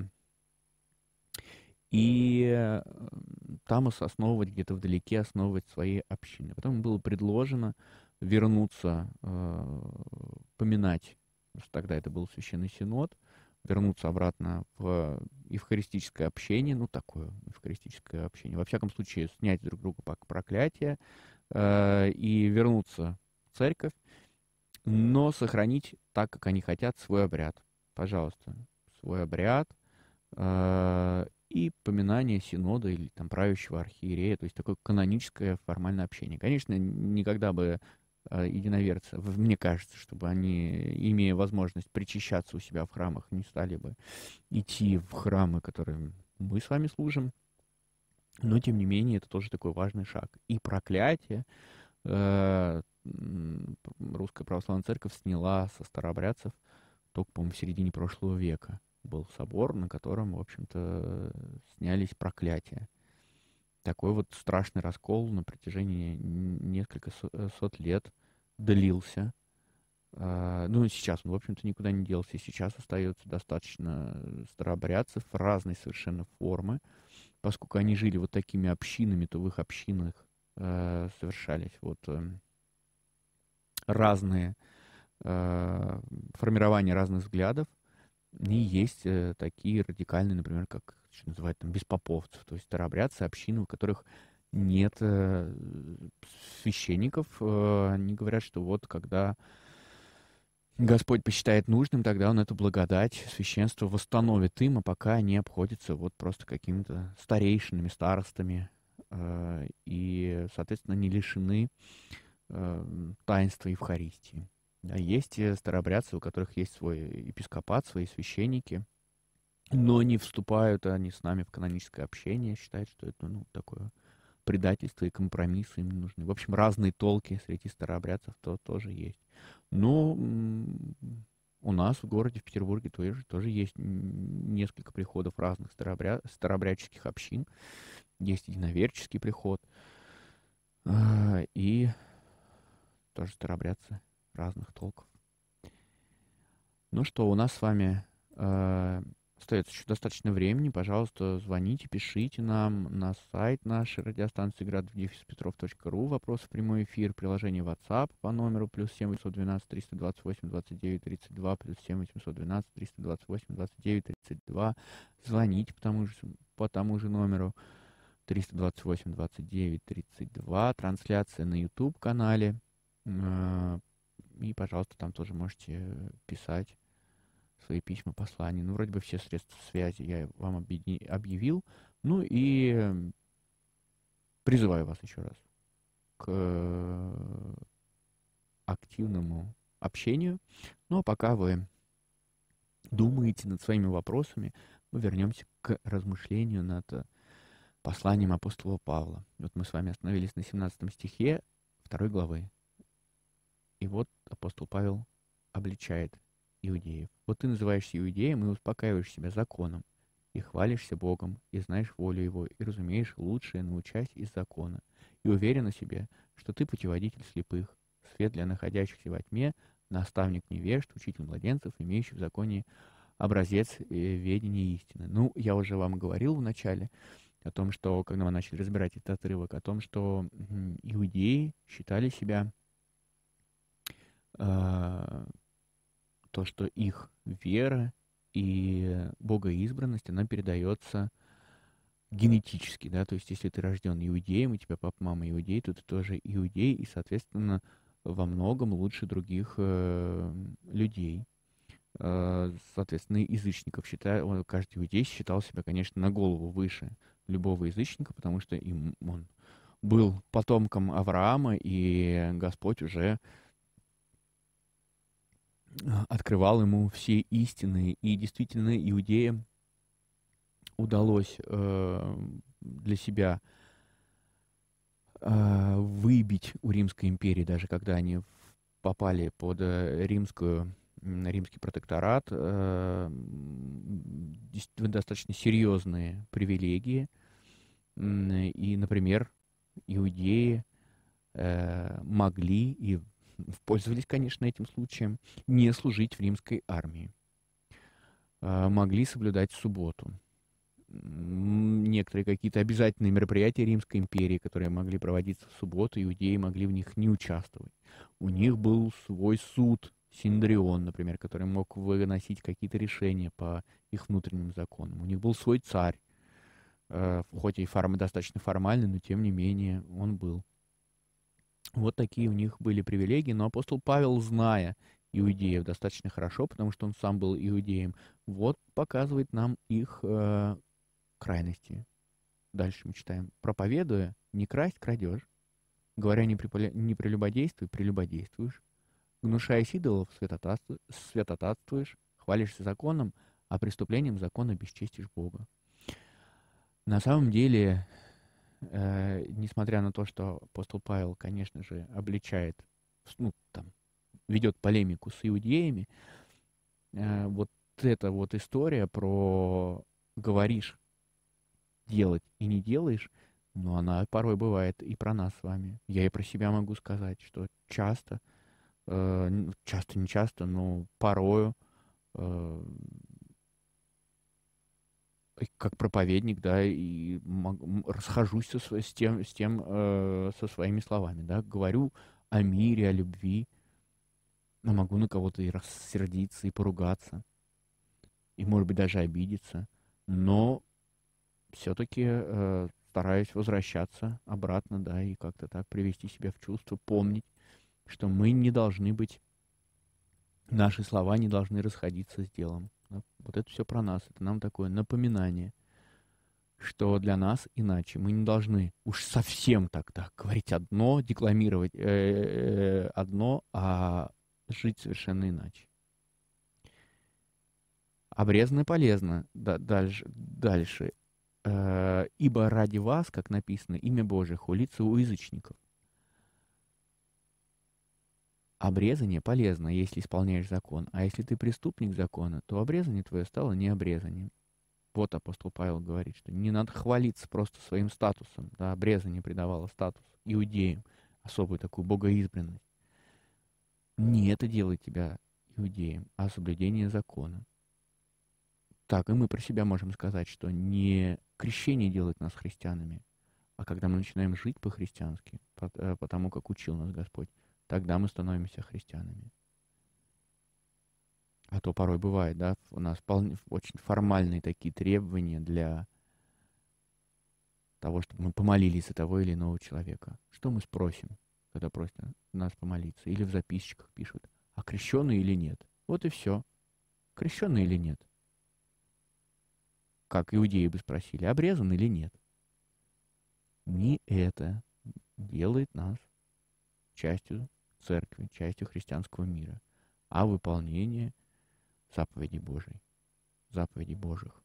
и э, там основывать, где-то вдалеке основывать свои общины. Потом было предложено вернуться, э, поминать, потому что тогда это был Священный Синод, вернуться обратно в евхаристическое общение, ну, такое евхаристическое общение, во всяком случае, снять друг друга проклятие э, и вернуться в церковь, но сохранить так, как они хотят, свой обряд. Пожалуйста, свой обряд э, и поминание Синода или там правящего архиерея, то есть такое каноническое формальное общение. Конечно, никогда бы единоверцы, мне кажется, чтобы они, имея возможность причащаться у себя в храмах, не стали бы идти в храмы, которым мы с вами служим. Но, тем не менее, это тоже такой важный шаг. И проклятие э, Русская Православная Церковь сняла со старообрядцев только, по-моему, в середине прошлого века. Был собор, на котором, в общем-то, снялись проклятия. Такой вот страшный раскол на протяжении нескольких сот лет длился. Ну, и сейчас он, в общем-то, никуда не делся. И сейчас остается достаточно старообрядцев разной совершенно формы. Поскольку они жили вот такими общинами, то в их общинах э, совершались вот э, разные э, формирования разных взглядов. И есть э, такие радикальные, например, как что называют там беспоповцев, то есть старообрядцы, общины, у которых нет э, священников. Э, они говорят, что вот когда Господь посчитает нужным, тогда Он эту благодать, священство восстановит им, а пока они обходятся вот просто какими-то старейшинами, старостами э, и, соответственно, не лишены э, таинства Евхаристии. Да, есть старообрядцы, у которых есть свой епископат, свои священники, но не вступают они с нами в каноническое общение, считают, что это, ну, такое предательство и компромиссы им не нужны. В общем, разные толки среди старообрядцев то тоже есть. Но у нас в городе, в Петербурге, тоже, тоже есть несколько приходов разных старообряд, старообрядческих общин. Есть единоверческий приход. И тоже старообрядцы разных толков. Ну что, у нас с вами э, остается еще достаточно времени. Пожалуйста, звоните, пишите нам на сайт нашей радиостанции град петров точка ру. Вопросы в прямой эфир, приложение WhatsApp по номеру плюс семь восемьсот двенадцать триста двадцать восемь двадцать девять тридцать два, плюс семь восемьсот двенадцать триста двадцать восемь двадцать девять тридцать два. Звоните по тому же, по тому же номеру триста двадцать восемь двадцать девять тридцать два. Трансляция на YouTube-канале. Э, И, пожалуйста, там тоже можете писать свои письма, послания. Ну, вроде бы все средства связи я вам объявил. Ну и призываю вас еще раз к активному общению. Ну, а пока вы думаете над своими вопросами, мы вернемся к размышлению над посланием апостола Павла. Вот мы с вами остановились на семнадцатом стихе второй главы. И вот апостол Павел обличает иудеев. Вот ты называешься иудеем и успокаиваешь себя законом, и хвалишься Богом, и знаешь волю Его, и разумеешь лучшее, научась из закона, и уверен о себе, что ты путеводитель слепых, свет для находящихся во тьме, наставник невежд, учитель младенцев, имеющий в законе образец ведения истины. Ну, я уже вам говорил в начале о том, что, когда мы начали разбирать этот отрывок, о том, что иудеи считали себя то, что их вера и богоизбранность, она передается генетически, да, то есть если ты рожден иудеем, и у тебя папа, мама иудей, то ты тоже иудей, и, соответственно, во многом лучше других э, людей. Э, соответственно, язычников считаю, каждый иудей считал себя, конечно, на голову выше любого язычника, потому что им он был потомком Авраама, и Господь уже открывал ему все истины. И действительно, иудеям удалось э, для себя э, выбить у Римской империи, даже когда они попали под э, римскую, римский протекторат, э, достаточно серьезные привилегии. И, например, иудеи э, могли и пользовались, конечно, этим случаем, не служить в римской армии. Э, могли соблюдать субботу. Некоторые какие-то обязательные мероприятия Римской империи, которые могли проводиться в субботу, иудеи могли в них не участвовать. У них был свой суд, Синдрион, например, который мог выносить какие-то решения по их внутренним законам. У них был свой царь, э, хоть и форм, достаточно формальный, но тем не менее он был. Вот такие у них были привилегии, но апостол Павел, зная иудеев достаточно хорошо, потому что он сам был иудеем, вот показывает нам их э, крайности. Дальше мы читаем. «Проповедуя, не красть, крадешь, говоря, не, приполя... не прелюбодействуй, прелюбодействуешь, гнушаясь идолов, святотатствуешь, святотатствуешь, хвалишься законом, а преступлением закона бесчестишь Бога». На самом деле, э, несмотря на то, что апостол Павел, конечно же, обличает, ну, там, ведет полемику с иудеями, э, вот эта вот история про говоришь делать и не делаешь, но она порой бывает и про нас с вами. Я и про себя могу сказать, что часто, э, часто не часто, но порою, э, как проповедник, да, и расхожусь со, с тем, с тем э, со своими словами, да, говорю о мире, о любви, но могу на кого-то и рассердиться, и поругаться, и, может быть, даже обидеться, но все-таки э, стараюсь возвращаться обратно, да, и как-то так привести себя в чувство, помнить, что мы не должны быть, наши слова не должны расходиться с делом. Вот это все про нас, это нам такое напоминание, что для нас иначе. Мы не должны уж совсем так, так говорить одно, декламировать э, одно, а жить совершенно иначе. Обрезано полезно. Да, дальше. дальше. Э, «Ибо ради вас, как написано, имя Божие хулится у язычников». Обрезание полезно, если исполняешь закон. А если ты преступник закона, то обрезание твое стало не обрезанием. Вот апостол Павел говорит, что не надо хвалиться просто своим статусом. Да, обрезание придавало статус иудеям, особую такую богоизбранность. Не это делает тебя иудеем, а соблюдение закона. Так, и мы про себя можем сказать, что не крещение делает нас христианами, а когда мы начинаем жить по-христиански, по тому, как учил нас Господь, тогда мы становимся христианами. А то порой бывает, да, у нас вполне, очень формальные такие требования для того, чтобы мы помолились за того или иного человека. Что мы спросим, когда просят нас помолиться? Или в записочках пишут, а крещеный или нет? Вот и все. Крещеный или нет? Как иудеи бы спросили, обрезан или нет? Не это делает нас частью церкви, частью христианского мира, а выполнение заповедей Божьей, заповедей Божьих.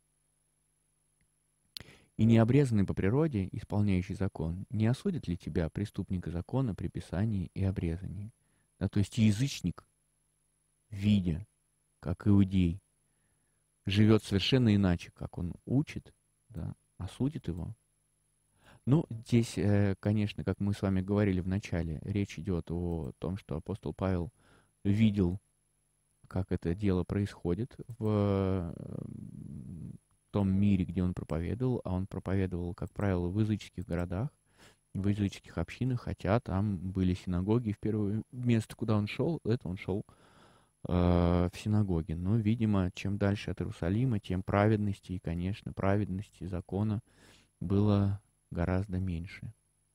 И необрезанный по природе, исполняющий закон, не осудит ли тебя, преступника закона, при писании и обрезании? Да, то есть язычник, видя, как иудей, живет совершенно иначе, как он учит, да, осудит его. Ну, здесь, конечно, как мы с вами говорили в начале, речь идет о том, что апостол Павел видел, как это дело происходит в том мире, где он проповедовал, а он проповедовал, как правило, в языческих городах, в языческих общинах, хотя там были синагоги. В первое место, куда он шел, это он шел э, в синагоге. Но, видимо, чем дальше от Иерусалима, тем праведности, и, конечно, праведности закона было гораздо меньше.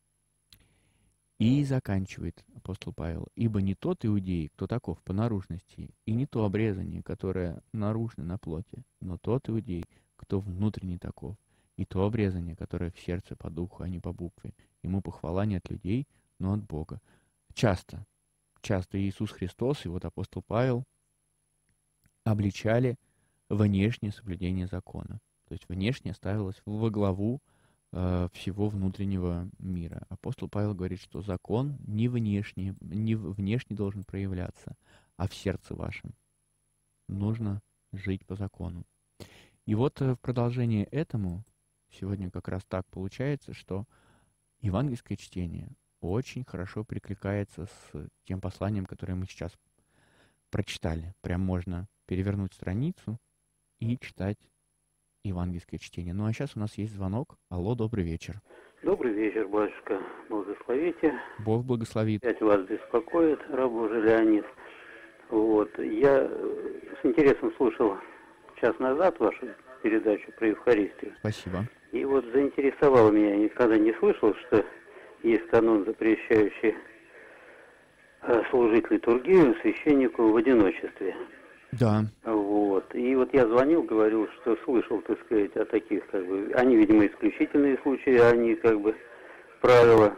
И заканчивает апостол Павел: «Ибо не тот иудей, кто таков по наружности, и не то обрезание, которое наружно на плоти, но тот иудей, кто внутренне таков, И то обрезание, которое в сердце по духу, а не по букве. Ему похвала не от людей, но от Бога. Часто, часто Иисус Христос и вот апостол Павел обличали внешнее соблюдение закона. То есть внешнее ставилось во главу э, всего внутреннего мира. Апостол Павел говорит, что закон не внешне, не внешне должен проявляться, а в сердце вашем. Нужно жить по закону. И вот в продолжение этому, сегодня как раз так получается, что евангельское чтение очень хорошо перекликается с тем посланием, которое мы сейчас прочитали. Прям можно перевернуть страницу и читать евангельское чтение. Ну а сейчас у нас есть звонок. Алло, добрый вечер. Добрый вечер, батюшка. Благословите. Бог благословит. Опять вас беспокоит, раб Божий Леонид. Вот. Я с интересом слушал час назад вашу передачу про Евхаристию. Спасибо. И вот заинтересовало меня, я никогда не слышал, что есть канон, запрещающий служить литургию священнику в одиночестве. Да. Вот. И вот я звонил, говорил, что слышал, так сказать, о таких, как бы, они, видимо, исключительные случаи, они, как бы, правила.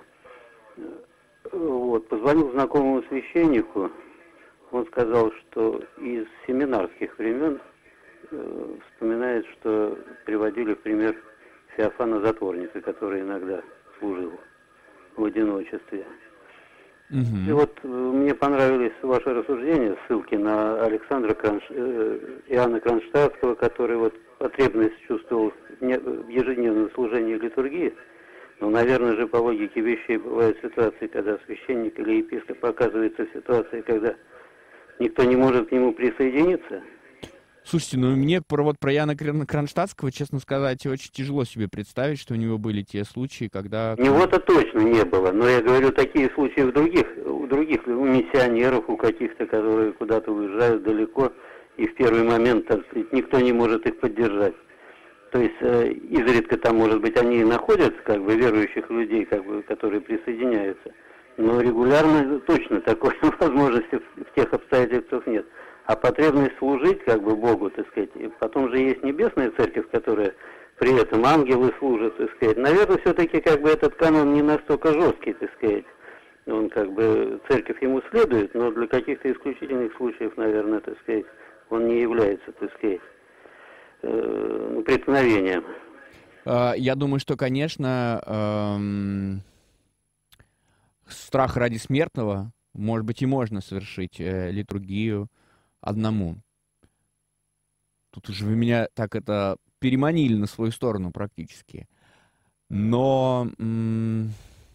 Вот. Позвонил знакомому священнику, он сказал, что из семинарских времен э, вспоминает, что приводили в пример Феофана Затворника, который иногда служил в одиночестве. Угу. И вот э, мне понравились ваши рассуждения, ссылки на Александра Кронш... э, Иоанна Кронштадтского, который вот потребность чувствовал в ежедневном служении литургии. Но, наверное же, по логике вещей бывают ситуации, когда священник или епископ оказывается в ситуации, когда никто не может к нему присоединиться. Слушайте, ну мне про, вот, про Иоанна Кронштадтского, честно сказать, очень тяжело себе представить, что у него были те случаи, когда... У него-то точно не было, но я говорю, такие случаи в других, у других, у миссионеров, у каких-то, которые куда-то уезжают далеко, и в первый момент, так сказать, никто не может их поддержать. То есть э, изредка там, может быть, они и находят, как бы, верующих людей, как бы, которые присоединяются, но регулярно точно такой возможности в тех обстоятельствах нет. А потребность служить, как бы, Богу, так сказать, и потом же есть небесная церковь, которая при этом ангелы служат, так сказать. Наверное, все-таки, как бы, этот канон не настолько жесткий, так сказать. Он, как бы, церковь ему следует, но для каких-то исключительных случаев, наверное, так сказать, он не является, так сказать, э, преткновением. Я думаю, что, конечно, эм, страх ради смертного, может быть, и можно совершить э, литургию одному. Тут уже вы меня так это переманили на свою сторону практически. Но, м-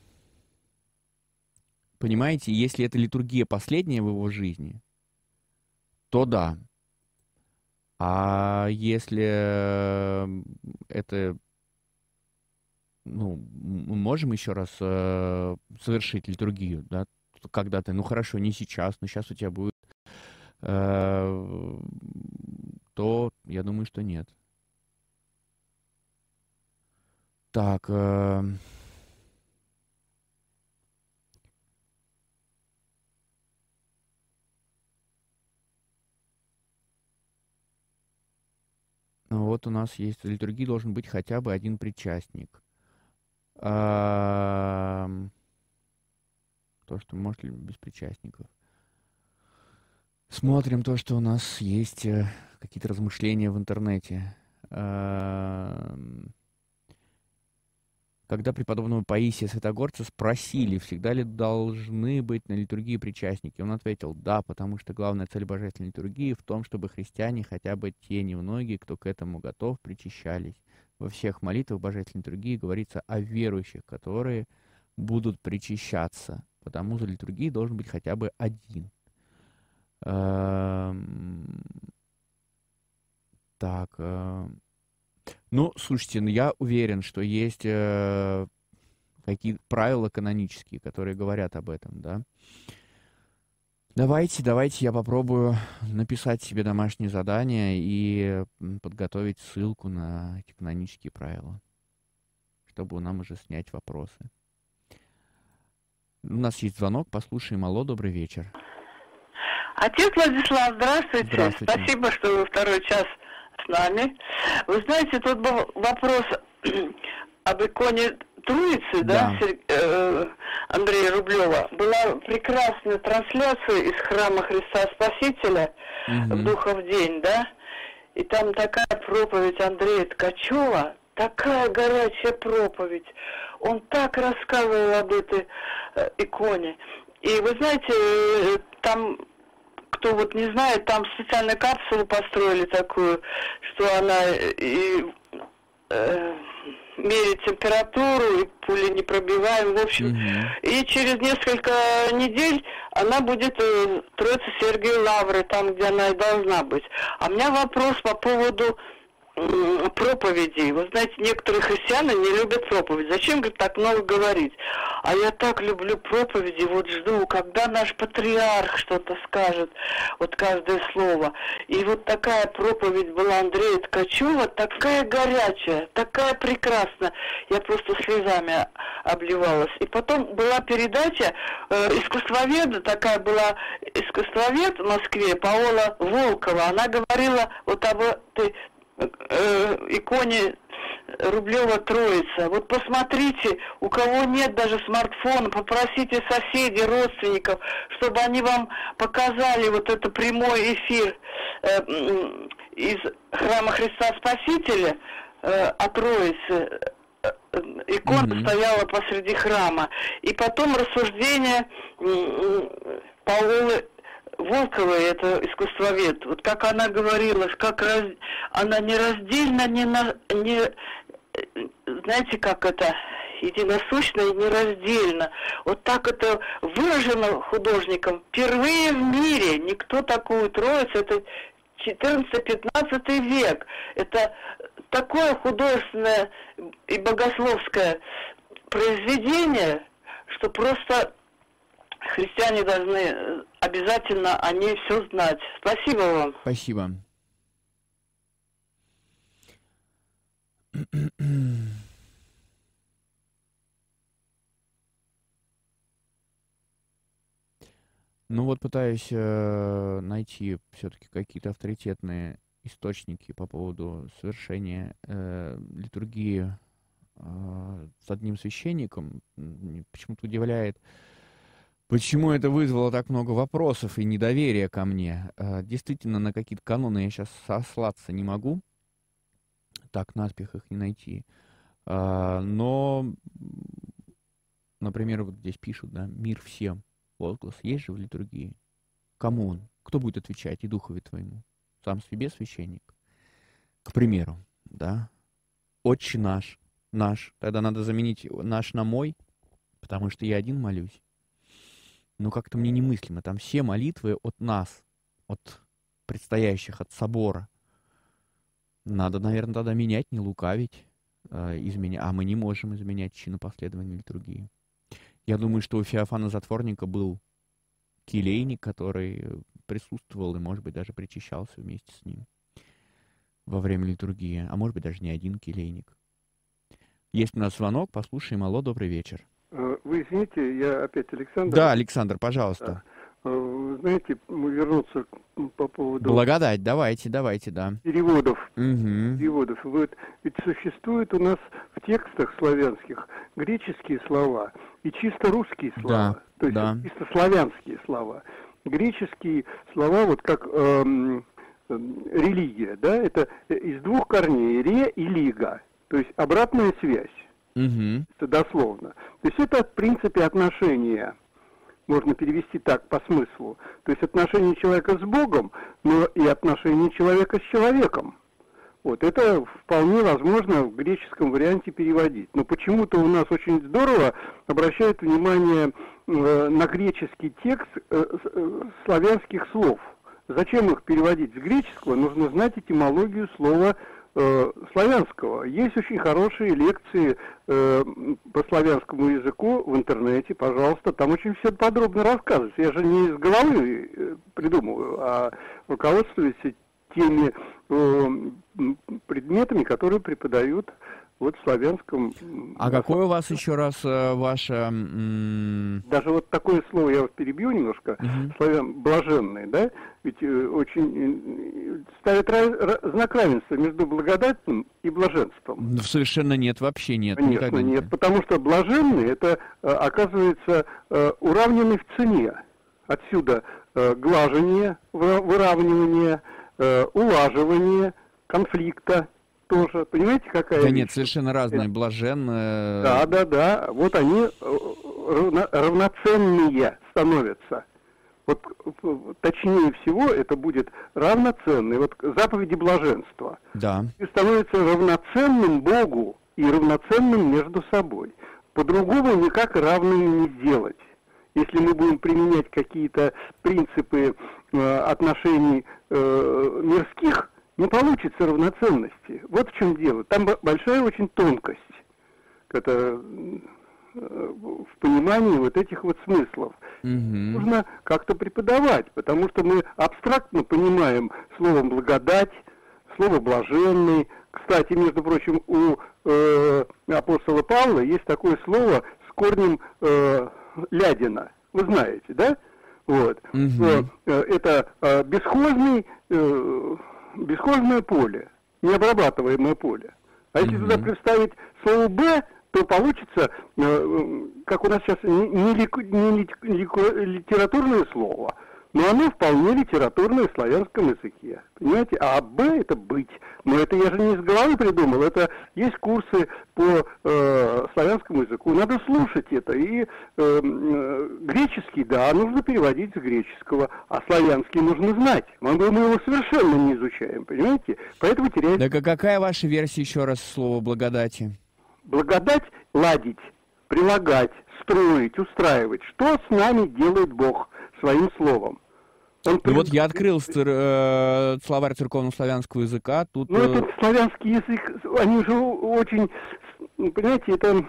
понимаете, если это литургия последняя в его жизни, то да. А если это, ну, мы можем еще раз э, совершить литургию, да, когда-то, ну хорошо, не сейчас, но сейчас у тебя будет, э, то я думаю, что нет. Так. Э, Вот у нас есть, в литургии должен быть хотя бы один причастник. А, то, что может ли без причастников. Смотрим то, что у нас есть какие-то размышления в интернете. А, когда преподобного Паисия Святогорца спросили, всегда ли должны быть на литургии причастники, он ответил: да, потому что главная цель божественной литургии в том, чтобы христиане, хотя бы те немногие, кто к этому готов, причащались. Во всех молитвах божественной литургии говорится о верующих, которые будут причащаться, потому за литургией должен быть хотя бы один. Так... Ну, слушайте, ну я уверен, что есть э, какие-то правила канонические, которые говорят об этом, да. Давайте, давайте я попробую написать себе домашнее задание и подготовить ссылку на эти канонические правила, чтобы нам уже снять вопросы. У нас есть звонок, послушаем. Алло, добрый вечер. Отец Владислав, здравствуйте. Здравствуйте. Спасибо, что вы второй час с нами. Вы знаете, тут был вопрос об иконе Троицы, Да. да, Сер- э, Андрея Рублева, была прекрасная трансляция из храма Христа Спасителя в Мгм. Духов день, да, и там такая проповедь Андрея Ткачева, такая горячая проповедь, он так рассказывал об этой э, иконе, и вы знаете, э, там, кто вот не знает, там специальную капсулу построили такую, что она и э, меряет температуру, и пули не пробиваем, в общем. Мгм. И через несколько недель она будет э, Троица Сергия Лавры, там, где она и должна быть. А у меня вопрос по поводу м, проповедей. Вы знаете, некоторые христиане не любят проповедь. Зачем, говорит, так много говорить? А я так люблю проповеди, вот жду, когда наш патриарх что-то скажет, вот каждое слово. И вот такая проповедь была Андрея Ткачева, такая горячая, такая прекрасная. Я просто слезами обливалась. И потом была передача э, искусствоведа, такая была искусствовед в Москве, Паола Волкова. Она говорила вот об этой э, иконе Рублева Троица. Вот посмотрите, у кого нет даже смартфона, попросите соседей, родственников, чтобы они вам показали вот это прямой эфир э, м, из храма Христа Спасителя э, о Троице. Э, Икона Мгм. стояла посреди храма. И потом рассуждение м, м, Паолы Волковой, это искусствовед, вот как она говорила, как раз, она нераздельно, не, на, не, знаете, как это, единосущно и нераздельно. Вот так это выражено художником. Впервые в мире никто такую Троицу, это четырнадцатый-пятнадцатый век. Это такое художественное и богословское произведение, что просто христиане должны обязательно о ней все знать. Спасибо вам. Спасибо. Ну вот пытаюсь э, найти все-таки какие-то авторитетные источники по поводу совершения э, литургии э, с одним священником. М, Почему-то удивляет, почему это вызвало так много вопросов и недоверия ко мне. Э, Действительно, на какие-то каноны я сейчас сослаться не могу. Так, наспех их не найти. А, Но, м, например, вот здесь пишут, да, «Мир всем». Возглас есть же в литургии. Кому он? Кто будет отвечать? И духове твоему? Сам себе священник? К примеру, да. «Отче наш», наш. Тогда надо заменить наш на мой, потому что я один молюсь. Но как-то мне немыслимо. Там все молитвы от нас, от предстоящих, от собора. Надо, наверное, тогда менять, не лукавить, э, изменя... а мы не можем изменять чинопоследование литургии. Я думаю, что у Феофана Затворника был келейник, который присутствовал и, может быть, даже причащался вместе с ним во время литургии. А может быть, даже не один келейник. Есть у нас звонок, послушаем. Алло, добрый вечер. Э, Вы извините, я опять Александр. Да, Александр, пожалуйста. Э, Знаете, мы вернуться по поводу Благодать, давайте, давайте, да. переводов. Угу. переводов. Вот, ведь существуют у нас в текстах славянских греческие слова и чисто русские слова. Да, То есть да. чисто славянские слова. Греческие слова, вот как эм, эм, религия, да, это из двух корней, ре и лига. То есть обратная связь. Угу. Это дословно. То есть это, в принципе, отношения, можно перевести так по смыслу. То есть отношения человека с Богом, но и отношения человека с человеком. Вот это вполне возможно в греческом варианте переводить. Но почему-то у нас очень здорово обращают внимание э, на греческий текст э, э, славянских слов. Зачем их переводить с греческого? Нужно знать этимологию слова э, славянского. Есть очень хорошие лекции э, по славянскому языку в интернете, пожалуйста. Там очень все подробно рассказывается. Я же не из головы э, придумываю, а руководствуюсь теми э, предметами, которые преподают вот в славянском... А какое у вас еще раз э, ваше... М- Даже вот такое слово, я вас перебью немножко, Мгм. славян, блаженный, да, ведь э, очень э, ставят ра- ра- знак равенства между благодатным и блаженством. Ну, совершенно нет, вообще нет. Конечно, никогда не нет, так. потому что блаженный, это, э, оказывается, э, уравненный в цене. Отсюда э, глажение, выра- выравнивание, э, улаживание конфликта тоже. Понимаете, какая Да вещь? нет, совершенно разные. Блаженные. Да, да, да. Вот они э, равно- равноценные становятся. Вот э, точнее всего это будет равноценный. Вот заповеди блаженства. Да. И становится равноценным Богу и равноценным между собой. По-другому никак равными не сделать. Если мы будем применять какие-то принципы э, отношений э, мирских, не получится равноценности. Вот в чем дело. Там б- большая очень тонкость. Это э, в понимании вот этих вот смыслов. Мгм. Нужно как-то преподавать, потому что мы абстрактно понимаем слово «благодать», слово «блаженный». Кстати, между прочим, у э, апостола Павла есть такое слово с корнем э, «лядина». Вы знаете, да? Вот. Мгм. Э, э, это э, бесхозный, э, бесхозное поле, необрабатываемое поле. А если Мгм. туда представить слово «б», то получится, э, как у нас сейчас, не, не лику- не лит- лику- литературное слово, но оно вполне литературное в славянском языке. Понимаете? А «б» — это «быть». Но это я же не с головы придумал, это есть курсы по э, славянскому языку. Надо слушать это. И э, э, греческий, да, нужно переводить с греческого, а славянский нужно знать. Мы, мы его совершенно не изучаем, понимаете? Поэтому теряется... Так а какая ваша версия еще раз слова благодати? Благодать — ладить, прилагать, строить, устраивать. Что с нами делает Бог своим словом? Он Ну вот я открыл цир- э, словарь церковно-славянского языка, тут... Ну, э, этот славянский язык, они же очень, ну, понимаете, это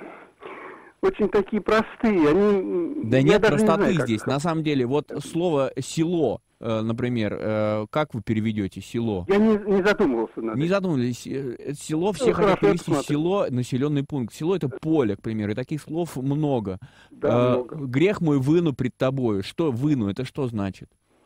очень такие простые, они... Да я нет даже не простоты знаю, как здесь. их- На самом деле, вот слово «село», э, например, э, как вы переведете «село»? Я не, не задумывался над Не этим. задумывались. э, это Село, все Ну, хотят хорошо, я перевести посмотрю. село, населенный пункт. Село — это поле, к примеру, и таких слов много. Да, Э, много. Грех мой выну пред тобою. Что выну? Это что значит?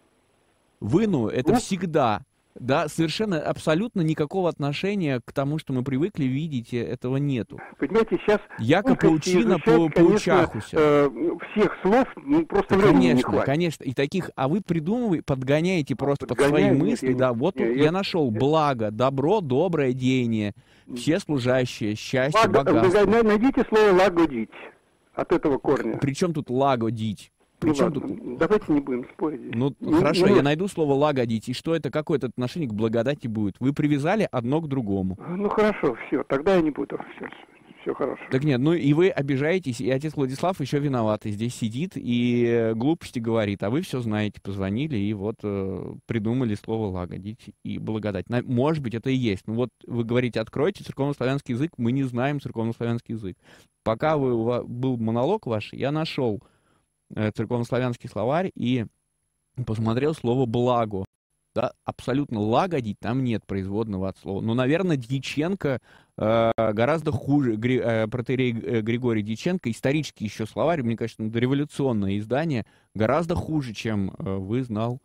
Выну — это Ну. всегда. Да, совершенно, абсолютно никакого отношения к тому, что мы привыкли видеть, э, этого нету. Понимаете, сейчас... Яко тонкости паучина изучать, по конечно, паучахуся. э, всех слов, ну, просто Да, времени не конечно, хватит. конечно. И таких, а вы придумываете, подгоняете просто под свои подгоняю? Нет, мысли, я да. не- Вот не, тут я- я нашел благо, добро, доброе деяние, все служащие, счастье, Лаго- богатство. вы найдите слово «лагодить» от этого корня. Причем тут лагодить? Ну Причем ладно, тут... давайте не будем спорить. Ну, Не- хорошо, не я найду слово лагодить, и что это, какое это отношение к благодати будет? Вы привязали одно к другому. Ну хорошо, все, тогда я не буду. Все, все хорошо. Так нет, ну и вы обижаетесь, и отец Владислав еще виноват, и здесь сидит и э, глупости говорит, а вы все знаете, позвонили и вот э, придумали слово лагодить и благодать. На- Может быть, это и есть. Ну вот вы говорите, откройте церковно-славянский язык, мы не знаем церковно-славянский язык. Пока вы, у ва- был монолог ваш, я нашел э, церковно-славянский словарь и посмотрел слово «благо». Да, абсолютно лагодить там нет производного от слова. Но, наверное, Дьяченко э, гораздо хуже, Гри, э, протоиерей э, Григорий Дьяченко, исторический еще словарь, мне кажется, ну, дореволюционное издание, гораздо хуже, чем э, вы знал.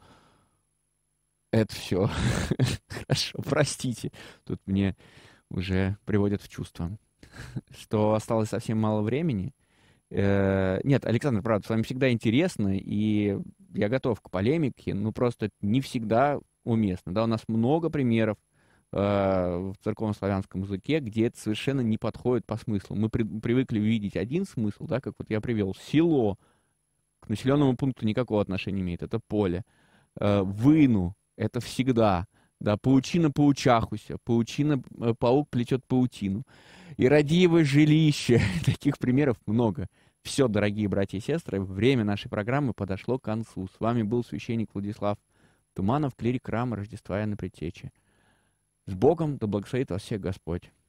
Это все. Хорошо, простите. Тут мне уже приводят в чувство, что осталось совсем мало времени. Э, Нет, Александр, правда, с вами всегда интересно, и я готов к полемике, но просто это не всегда уместно. Да, у нас много примеров э, в церковно-славянском языке, где это совершенно не подходит по смыслу. Мы при- привыкли видеть один смысл, да, как вот я привел, село к населенному пункту никакого отношения не имеет, это поле. Э, выну — это всегда. Да, паучина паучахуся, паучина, э, паук плетет паутину. И Радиево жилище. Таких примеров много. Все, дорогие братья и сестры, время нашей программы подошло к концу. С вами был священник Владислав Туманов, клирик храма Рождества Иоанна Предтечи. С Богом, да благословит вас всех Господь.